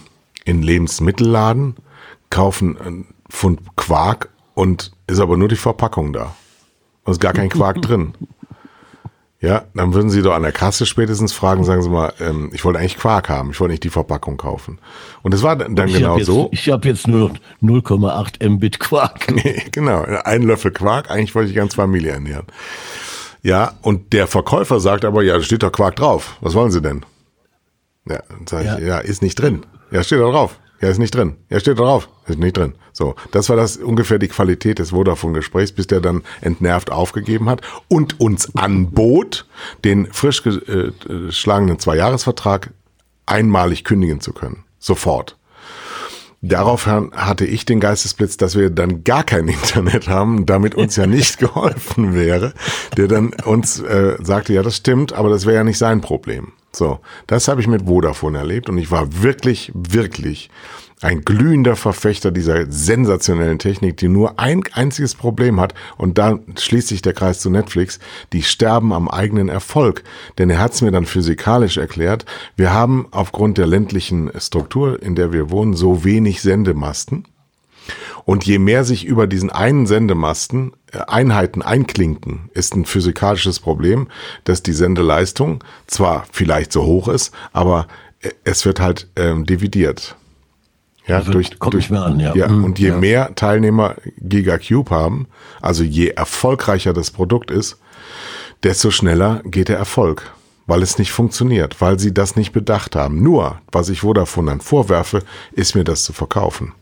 in Lebensmittelladen, kaufen einen Pfund Quark und ist aber nur die Verpackung da. Und ist gar kein Quark drin. Ja, dann würden Sie doch an der Kasse spätestens fragen, sagen Sie mal, ähm, ich wollte eigentlich Quark haben, ich wollte nicht die Verpackung kaufen. Und es war dann ich genau jetzt, so. Ich habe jetzt nur noch null Komma acht Mbit Quark. Genau, ein Löffel Quark, eigentlich wollte ich die ganze Familie ernähren. Ja, und der Verkäufer sagt aber, ja, da steht doch Quark drauf, was wollen Sie denn? Ja, dann sage ich, ja. ja, ist nicht drin. Ja, steht da drauf. Ja, ist nicht drin. Ja, steht da drauf. Ist nicht drin. So, das war das ungefähr die Qualität des Vodafone-Gesprächs, bis der dann entnervt aufgegeben hat und uns anbot, den frisch geschlagenen Zweijahresvertrag einmalig kündigen zu können. Sofort. Daraufhin hatte ich den Geistesblitz, dass wir dann gar kein Internet haben, damit uns ja nicht geholfen wäre, der dann uns äh, sagte, ja, das stimmt, aber das wäre ja nicht sein Problem. So, das habe ich mit Vodafone erlebt und ich war wirklich, wirklich ein glühender Verfechter dieser sensationellen Technik, die nur ein einziges Problem hat und da schließt sich der Kreis zu Netflix, die sterben am eigenen Erfolg, denn er hat es mir dann physikalisch erklärt, wir haben aufgrund der ländlichen Struktur, in der wir wohnen, so wenig Sendemasten und je mehr sich über diesen einen Sendemasten Einheiten einklinken, ist ein physikalisches Problem, dass die Sendeleistung zwar vielleicht so hoch ist, aber es wird halt ähm, dividiert. Ja, also durch, kommt durch, nicht mehr an, ja. ja. Und je ja. mehr Teilnehmer GigaCube haben, also je erfolgreicher das Produkt ist, desto schneller geht der Erfolg, weil es nicht funktioniert, weil sie das nicht bedacht haben. Nur, was ich Vodafone dann vorwerfe, ist mir das zu verkaufen.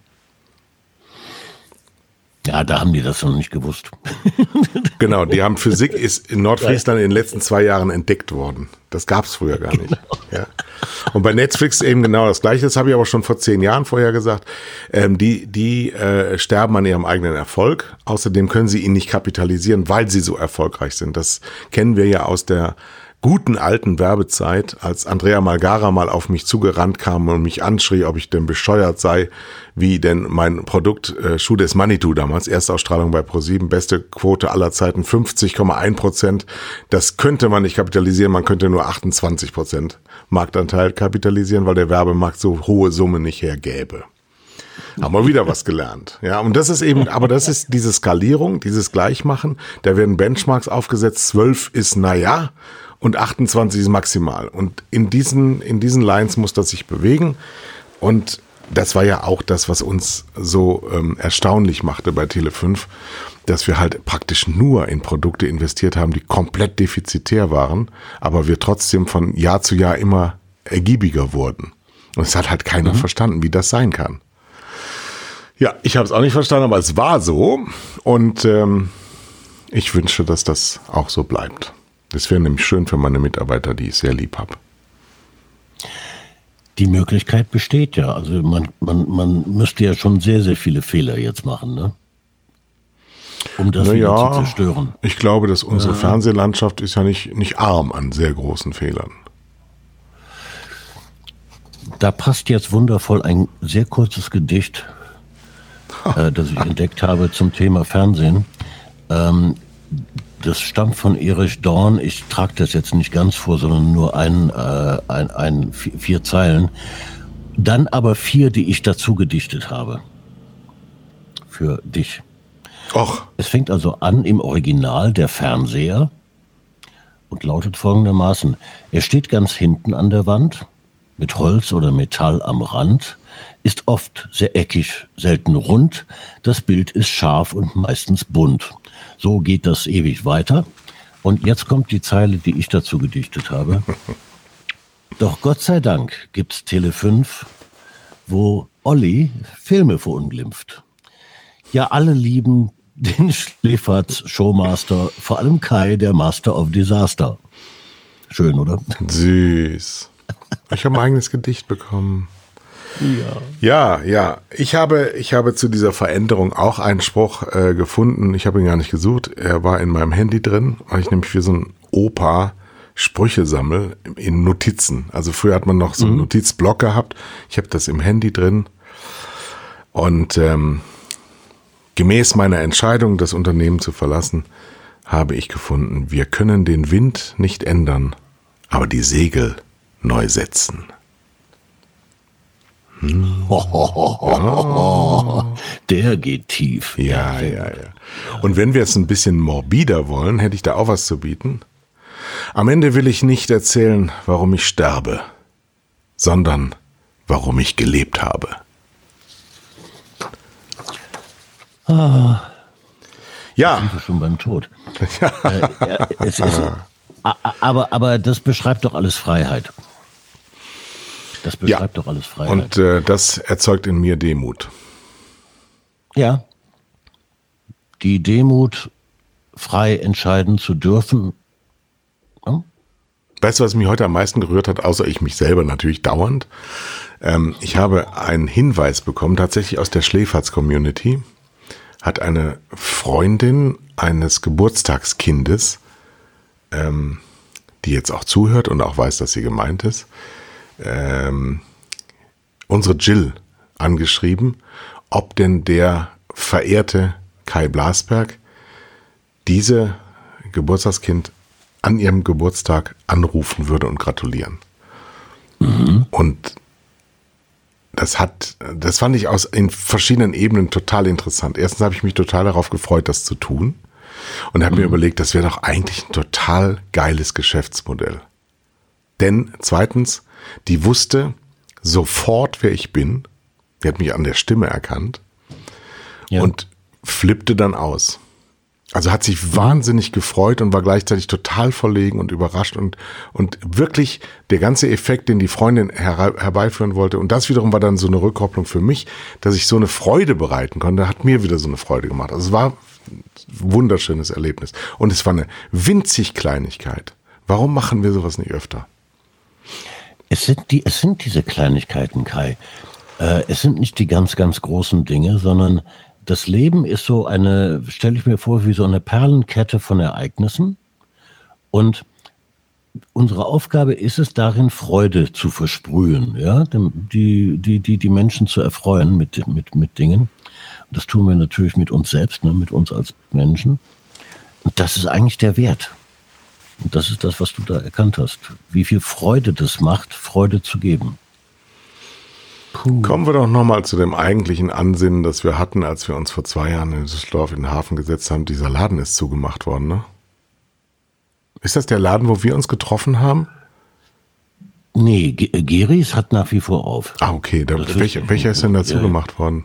Ja, da haben die das noch nicht gewusst. Genau, die haben Physik ist in Nordfriesland in den letzten zwei Jahren entdeckt worden. Das gab es früher gar nicht. Genau. Ja. Und bei Netflix eben genau das Gleiche. Das habe ich aber schon vor zehn Jahren vorher gesagt. Ähm, die die äh, sterben an ihrem eigenen Erfolg. Außerdem können sie ihn nicht kapitalisieren, weil sie so erfolgreich sind. Das kennen wir ja aus der guten alten Werbezeit, als Andrea Malgara mal auf mich zugerannt kam und mich anschrie, ob ich denn bescheuert sei, wie denn mein Produkt äh, Schuh des Manitou damals, Erstausstrahlung bei ProSieben, beste Quote aller Zeiten, fünfzig Komma eins Prozent. Das könnte man nicht kapitalisieren, man könnte nur achtundzwanzig Prozent Marktanteil kapitalisieren, weil der Werbemarkt so hohe Summe nicht hergäbe. Haben wir wieder was gelernt. Ja, und das ist eben, aber das ist diese Skalierung, dieses Gleichmachen, da werden Benchmarks aufgesetzt, zwölf ist naja, und achtundzwanzig ist maximal. Und in diesen, in diesen Lines muss das sich bewegen. Und das war ja auch das, was uns so ähm, erstaunlich machte bei Tele fünf, dass wir halt praktisch nur in Produkte investiert haben, die komplett defizitär waren, aber wir trotzdem von Jahr zu Jahr immer ergiebiger wurden. Und es hat halt keiner mhm. verstanden, wie das sein kann. Ja, ich habe es auch nicht verstanden, aber es war so. Und ähm, ich wünsche, dass das auch so bleibt. Das wäre nämlich schön für meine Mitarbeiter, die ich sehr lieb habe. Die Möglichkeit besteht ja. Also man, man, man müsste ja schon sehr, sehr viele Fehler jetzt machen, ne? Um das naja, wieder zu zerstören. Ich glaube, dass unsere ja. Fernsehlandschaft ist ja nicht, nicht arm an sehr großen Fehlern. Da passt jetzt wundervoll ein sehr kurzes Gedicht, äh, das ich entdeckt habe zum Thema Fernsehen. Ähm, Das stammt von Erich Dorn. Ich trage das jetzt nicht ganz vor, sondern nur ein, äh, ein, ein vier, vier Zeilen. Dann aber vier, die ich dazu gedichtet habe. Für dich. Och. Es fängt also an im Original der Fernseher und lautet folgendermaßen. Er steht ganz hinten an der Wand, mit Holz oder Metall am Rand, ist oft sehr eckig, selten rund. Das Bild ist scharf und meistens bunt. So geht das ewig weiter. Und jetzt kommt die Zeile, die ich dazu gedichtet habe. Doch Gott sei Dank gibt's Tele fünf, wo Olli Filme verunglimpft. Ja, alle lieben den Schläferz-Showmaster, vor allem Kai, der Master of Disaster. Schön, oder? Süß. Ich habe ein eigenes Gedicht bekommen. Ja. Ja, ja. Ich habe, ich habe zu dieser Veränderung auch einen Spruch äh, gefunden. Ich habe ihn gar nicht gesucht. Er war in meinem Handy drin, weil ich nämlich für so ein Opa Sprüche sammle in Notizen. Also früher hat man noch so einen mhm. Notizblock gehabt. Ich habe das im Handy drin. Und ähm, gemäß meiner Entscheidung, das Unternehmen zu verlassen, habe ich gefunden, wir können den Wind nicht ändern, aber die Segel neu setzen. Hm. Ho, ho, ho, ho. Der geht tief. Ja, ja, ja. Und wenn wir es ein bisschen morbider wollen, hätte ich da auch was zu bieten. Am Ende will ich nicht erzählen, warum ich sterbe, sondern warum ich gelebt habe. Ah. Ja. Sind wir schon beim Tod. äh, ja, es ist, aber, aber das beschreibt doch alles Freiheit. Das beschreibt ja. doch alles Freiheit. Und äh, das erzeugt in mir Demut. Ja. Die Demut, frei entscheiden zu dürfen. Ja? Weißt du, was mich heute am meisten gerührt hat, außer ich mich selber natürlich dauernd? Ähm, ich habe einen Hinweis bekommen, tatsächlich aus der Schläferz-Community. Hat eine Freundin eines Geburtstagskindes, ähm, die jetzt auch zuhört und auch weiß, dass sie gemeint ist, ähm, unsere Jill angeschrieben, ob denn der verehrte Kai Blasberg diese Geburtstagskind an ihrem Geburtstag anrufen würde und gratulieren. Mhm. Und das hat, das fand ich aus in verschiedenen Ebenen total interessant. Erstens habe ich mich total darauf gefreut, das zu tun und habe mhm. mir überlegt, das wäre doch eigentlich ein total geiles Geschäftsmodell. Denn zweitens, die wusste sofort, wer ich bin. Die hat mich an der Stimme erkannt ja. und flippte dann aus. Also hat sich wahnsinnig gefreut und war gleichzeitig total verlegen und überrascht und und wirklich der ganze Effekt, den die Freundin her, herbeiführen wollte. Und das wiederum war dann so eine Rückkopplung für mich, dass ich so eine Freude bereiten konnte, hat mir wieder so eine Freude gemacht. Also es war ein wunderschönes Erlebnis. Und es war eine winzig Kleinigkeit. Warum machen wir sowas nicht öfter? Es sind die, es sind diese Kleinigkeiten, Kai. Äh, es sind nicht die ganz, ganz großen Dinge, sondern das Leben ist so eine, stelle ich mir vor, wie so eine Perlenkette von Ereignissen. Und unsere Aufgabe ist es, darin Freude zu versprühen, ja, die, die, die, die Menschen zu erfreuen mit, mit, mit Dingen. Und das tun wir natürlich mit uns selbst, ne, mit uns als Menschen. Und das ist eigentlich der Wert. Und das ist das, was du da erkannt hast. Wie viel Freude das macht, Freude zu geben. Puh. Kommen wir doch nochmal zu dem eigentlichen Ansinnen, das wir hatten, als wir uns vor zwei Jahren in Düsseldorf in den Hafen gesetzt haben. Dieser Laden ist zugemacht worden, ne? Ist das der Laden, wo wir uns getroffen haben? Nee, G- Geris hat nach wie vor auf. Ah, okay. Da, welcher, welcher ist denn da zugemacht ja. worden?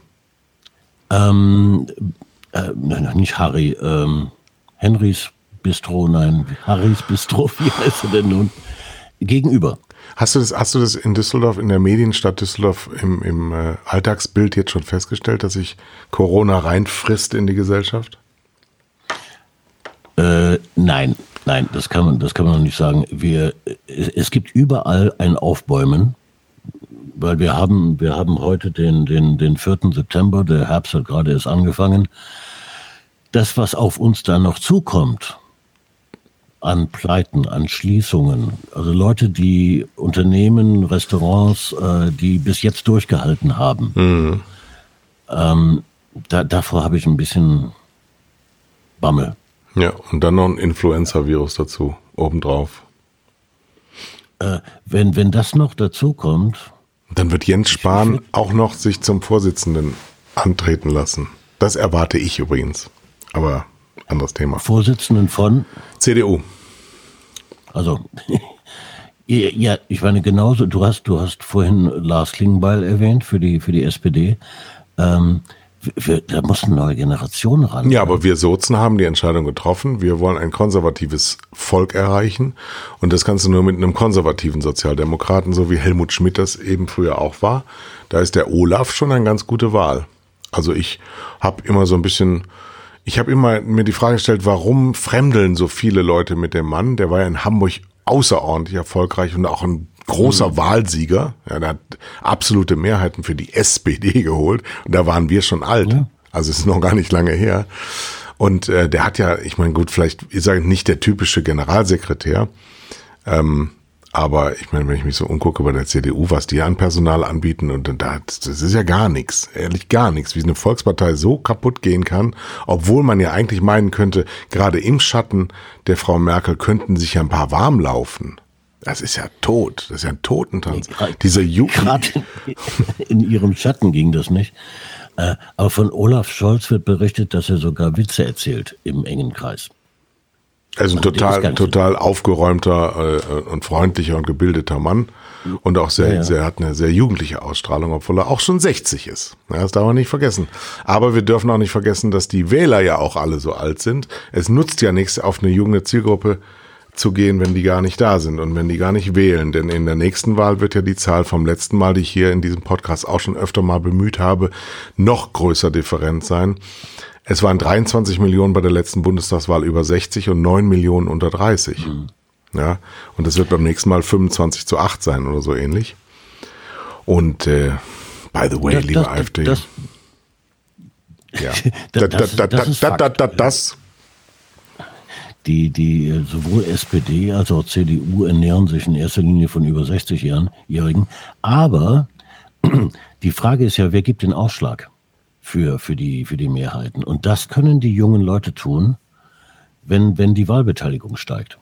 Ähm, äh, nicht Harry, ähm, Henrys Bistro, nein, Harrys Bistro, wie heißt er denn nun? Gegenüber. Hast du das, hast du das in Düsseldorf, in der Medienstadt Düsseldorf im, im äh, Alltagsbild jetzt schon festgestellt, dass sich Corona reinfrisst in die Gesellschaft? Äh, nein, nein, das kann man, das kann man noch nicht sagen. Wir, es, es gibt überall ein Aufbäumen, weil wir haben, wir haben heute den, den, den vierten September, der Herbst hat gerade erst angefangen. Das, was auf uns da noch zukommt, an Pleiten, an Schließungen, also Leute, die Unternehmen, Restaurants, äh, die bis jetzt durchgehalten haben, mhm. ähm, da, davor habe ich ein bisschen Bammel. Ja, und dann noch ein Influenza-Virus dazu, obendrauf. Äh, wenn, wenn das noch dazu kommt... Dann wird Jens Spahn auch noch sich zum Vorsitzenden antreten lassen. Das erwarte ich übrigens, aber anderes Thema. Vorsitzenden von? C D U. Also, ja, ich meine genauso, du hast, du hast vorhin Lars Klingbeil erwähnt für die, für die S P D. Ähm, wir, da muss eine neue Generation ran. Ja, aber wir Sozen haben die Entscheidung getroffen. Wir wollen ein konservatives Volk erreichen. Und das kannst du nur mit einem konservativen Sozialdemokraten, so wie Helmut Schmidt das eben früher auch war. Da ist der Olaf schon eine ganz gute Wahl. Also ich habe immer so ein bisschen... Ich habe immer mir die Frage gestellt, warum fremdeln so viele Leute mit dem Mann? Der war ja in Hamburg außerordentlich erfolgreich und auch ein großer mhm. Wahlsieger. Ja, der hat absolute Mehrheiten für die S P D geholt. Und da waren wir schon alt. Ja. Also es ist noch gar nicht lange her. Und äh, der hat ja, ich meine, gut, vielleicht, ich sage nicht der typische Generalsekretär, ähm, aber ich meine, wenn ich mich so umgucke bei der C D U, was die an Personal anbieten, und da, das ist ja gar nichts, ehrlich gar nichts, wie eine Volkspartei so kaputt gehen kann, obwohl man ja eigentlich meinen könnte, gerade im Schatten der Frau Merkel könnten sich ja ein paar warm laufen. Das ist ja tot. Das ist ja ein Totentanz. Nee, Dieser Ju- Gerade in, in ihrem Schatten ging das nicht. Äh, aber von Olaf Scholz wird berichtet, dass er sogar Witze erzählt im engen Kreis. Also ein total, total aufgeräumter äh, und freundlicher und gebildeter Mann. Und auch sehr, ja, ja. sehr, hat eine sehr jugendliche Ausstrahlung, obwohl er auch schon sechzig ist. Ja, das darf man nicht vergessen. Aber wir dürfen auch nicht vergessen, dass die Wähler ja auch alle so alt sind. Es nutzt ja nichts, auf eine junge Zielgruppe zu gehen, wenn die gar nicht da sind und wenn die gar nicht wählen. Denn in der nächsten Wahl wird ja die Zahl vom letzten Mal, die ich hier in diesem Podcast auch schon öfter mal bemüht habe, noch größer different sein. Es waren dreiundzwanzig Millionen bei der letzten Bundestagswahl über sechzig und neun Millionen unter dreißig. Mhm. Ja, und das wird beim nächsten Mal fünfundzwanzig zu acht sein oder so ähnlich. Und äh, by the way, das, liebe das, AfD. Das, ja. das, das, das, das ist da, da, da, das. Die, die sowohl S P D als auch C D U ernähren sich in erster Linie von über sechzigjährigen. Aber die Frage ist ja, wer gibt den Ausschlag für, für, die, für die Mehrheiten? Und das können die jungen Leute tun, wenn, wenn die Wahlbeteiligung steigt.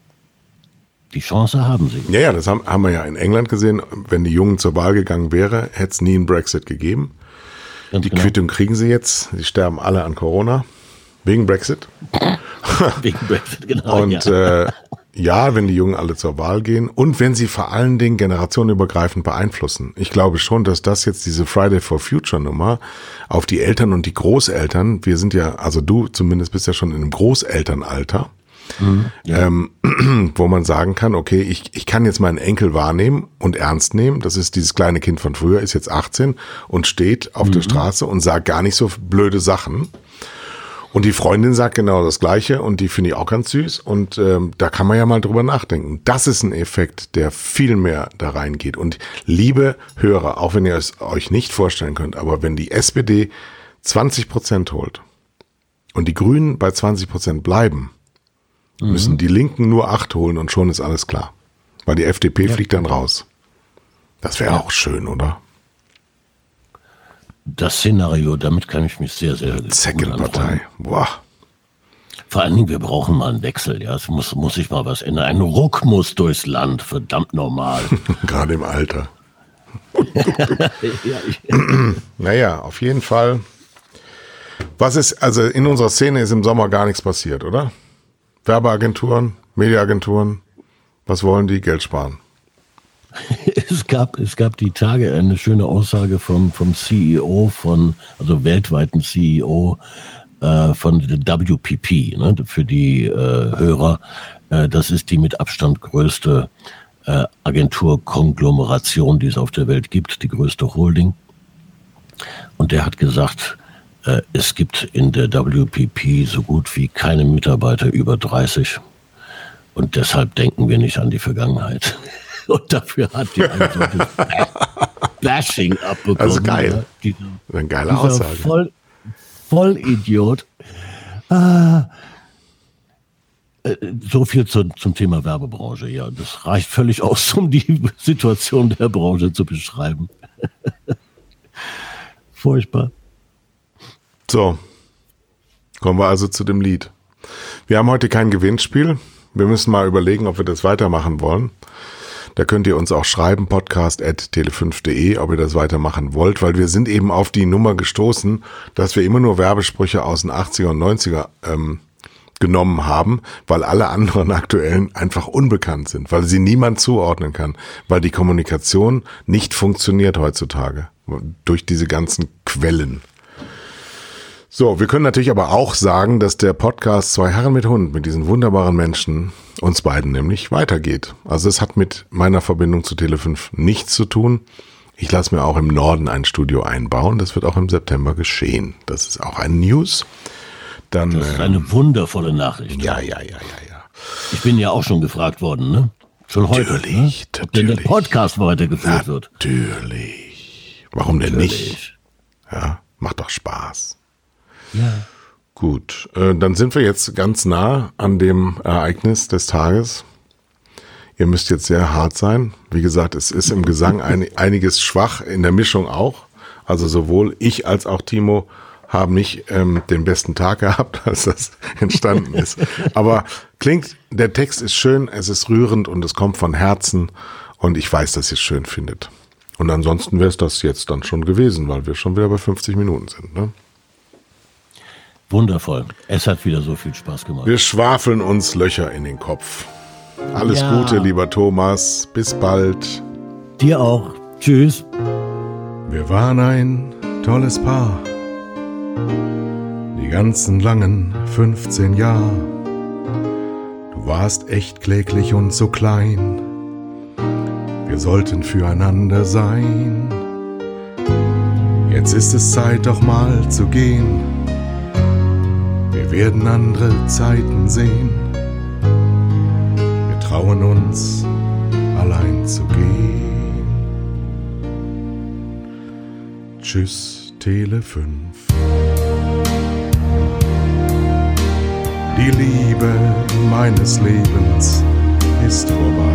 Die Chance haben sie. Ja, ja, das haben, haben wir ja in England gesehen. Wenn die Jungen zur Wahl gegangen wäre, hätte es nie einen Brexit gegeben. Ganz die genau. Quittung kriegen sie jetzt. Sie sterben alle an Corona. Wegen Brexit. Wegen Brexit, genau. Und ja. Äh, ja, wenn die Jungen alle zur Wahl gehen und wenn sie vor allen Dingen generationenübergreifend beeinflussen. Ich glaube schon, dass das jetzt diese Friday for Future Nummer auf die Eltern und die Großeltern, wir sind ja, also du zumindest bist ja schon in einem Großelternalter, mhm, ja. ähm, wo man sagen kann, okay, ich, ich kann jetzt meinen Enkel wahrnehmen und ernst nehmen. Das ist dieses kleine Kind von früher, ist jetzt achtzehn und steht auf mhm. der Straße und sagt gar nicht so blöde Sachen. Und die Freundin sagt genau das Gleiche und die finde ich auch ganz süß und ähm, da kann man ja mal drüber nachdenken. Das ist ein Effekt, der viel mehr da reingeht. Und liebe Hörer, auch wenn ihr es euch nicht vorstellen könnt, aber wenn die S P D zwanzig Prozent holt und die Grünen bei zwanzig Prozent bleiben, mhm. müssen die Linken nur acht holen und schon ist alles klar. Weil die F D P ja. fliegt dann raus. Das wäre ja. auch schön, oder? Das Szenario, damit kann ich mich sehr, sehr Zeckenpartei. Boah. Vor allen Dingen, wir brauchen mal einen Wechsel. Ja, es muss, muss sich mal was ändern. Ein Ruck muss durchs Land, verdammt normal. Gerade im Alter. Naja, auf jeden Fall. Was ist, also in unserer Szene ist im Sommer gar nichts passiert, oder? Werbeagenturen, Mediaagenturen, was wollen die? Geld sparen. Es gab, es gab die Tage eine schöne Aussage vom, vom C E O von, also weltweiten C E O äh, von der W P P, ne, für die äh, Hörer. Äh, das ist die mit Abstand größte äh, Agenturkonglomeration, die es auf der Welt gibt, die größte Holding. Und der hat gesagt, äh, es gibt in der W P P so gut wie keine Mitarbeiter über dreißig. Und deshalb denken wir nicht an die Vergangenheit. Und dafür hat die ein solches Bashing abbekommen. Also geil. Ja, diese, eine geile Aussage. Voll, Vollidiot. Ah, so viel zu, zum Thema Werbebranche. Ja, das reicht völlig aus, um die Situation der Branche zu beschreiben. Furchtbar. So, kommen wir also zu dem Lied. Wir haben heute kein Gewinnspiel. Wir müssen mal überlegen, ob wir das weitermachen wollen. Da könnt ihr uns auch schreiben, podcast at tele fünf punkt de, ob ihr das weitermachen wollt, weil wir sind eben auf die Nummer gestoßen, dass wir immer nur Werbesprüche aus den achtziger und neunziger ähm, genommen haben, weil alle anderen aktuellen einfach unbekannt sind, weil sie niemand zuordnen kann, weil die Kommunikation nicht funktioniert heutzutage durch diese ganzen Quellen. So, wir können natürlich aber auch sagen, dass der Podcast Zwei Herren mit Hund mit diesen wunderbaren Menschen, uns beiden nämlich, weitergeht. Also es hat mit meiner Verbindung zu Tele fünf nichts zu tun. Ich lasse mir auch im Norden ein Studio einbauen. Das wird auch im September geschehen. Das ist auch ein News. Dann, das ist eine ähm, wundervolle Nachricht. Ja, ja, ja, ja, ja. Ich bin ja auch schon gefragt worden, ne? Schon heute. Natürlich, ne? natürlich. Ob denn der Podcast weitergeführt wird. Natürlich. Warum denn natürlich. nicht? Ja, macht doch Spaß. Ja. Gut, äh, dann sind wir jetzt ganz nah an dem Ereignis des Tages. Ihr müsst jetzt sehr hart sein. Wie gesagt, es ist im Gesang ein, einiges schwach, in der Mischung auch. Also sowohl ich als auch Timo haben nicht ähm, den besten Tag gehabt, als das entstanden ist. Aber klingt, der Text ist schön, es ist rührend und es kommt von Herzen und ich weiß, dass ihr es schön findet. Und ansonsten wäre es das jetzt dann schon gewesen, weil wir schon wieder bei fünfzig Minuten sind. Ne? Wundervoll. Es hat wieder so viel Spaß gemacht. Wir schwafeln uns Löcher in den Kopf. Alles ja. Gute, lieber Thomas. Bis bald. Dir auch. Tschüss. Wir waren ein tolles Paar. Die ganzen langen fünfzehn Jahre. Du warst echt kläglich und so klein. Wir sollten füreinander sein. Jetzt ist es Zeit, doch mal zu gehen. Wir werden andere Zeiten sehen. Wir trauen uns, allein zu gehen. Tschüss, Tele fünf. Die Liebe meines Lebens ist vorbei.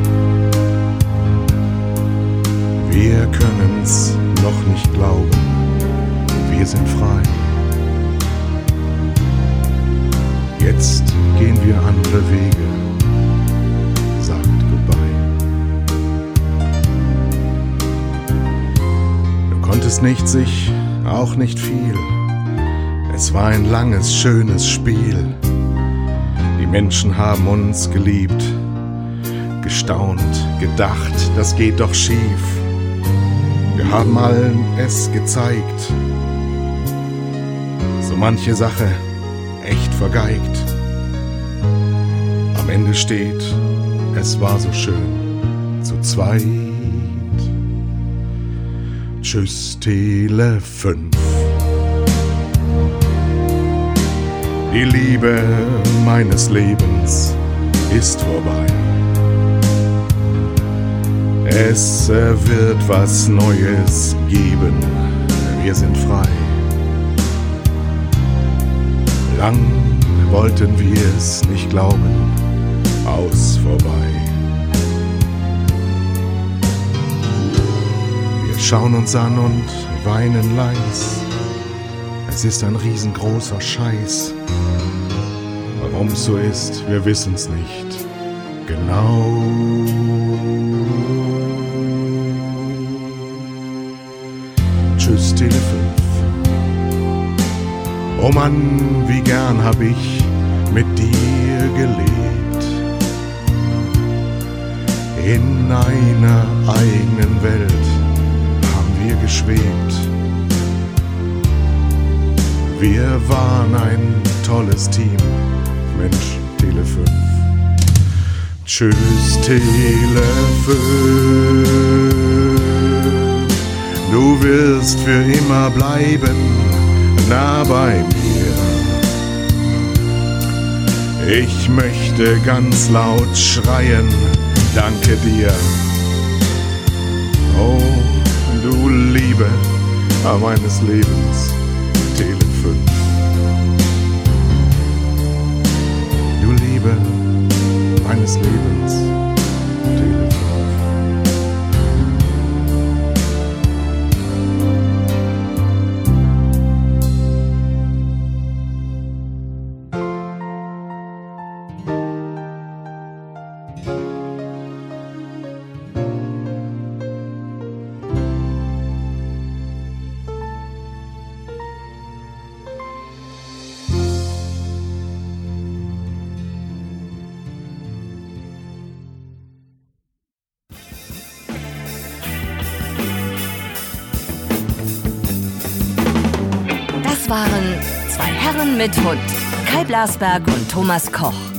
Wir können's noch nicht glauben, wir sind frei. Jetzt gehen wir andere Wege, sagt goodbye. Du konntest nichts, ich auch nicht viel. Es war ein langes, schönes Spiel. Die Menschen haben uns geliebt, gestaunt, gedacht, das geht doch schief. Wir haben allen es gezeigt, so manche Sache echt vergeigt. Am Ende steht, es war so schön zu zweit. Tschüss, Tele fünf. Die Liebe meines Lebens ist vorbei. Es wird was Neues geben, wir sind frei. Lang wollten wir es nicht glauben, aus vorbei. Wir schauen uns an und weinen leis. Es ist ein riesengroßer Scheiß. Warum es so ist, wir wissen's nicht genau. Tschüss, Tele fünf. Oh Mann, wie gern hab ich mit dir gelebt. In einer eigenen Welt haben wir geschwebt. Wir waren ein tolles Team, Mensch, Tele fünf. Tschüss, Tele fünf. Du wirst für immer bleiben nah bei mir. Ich möchte ganz laut schreien, danke dir. Oh, du Liebe meines Lebens, Tele fünf. Du Liebe meines Lebens, Tele fünf. Das waren zwei Herren mit Hund, Kai Blasberg und Thomas Koch.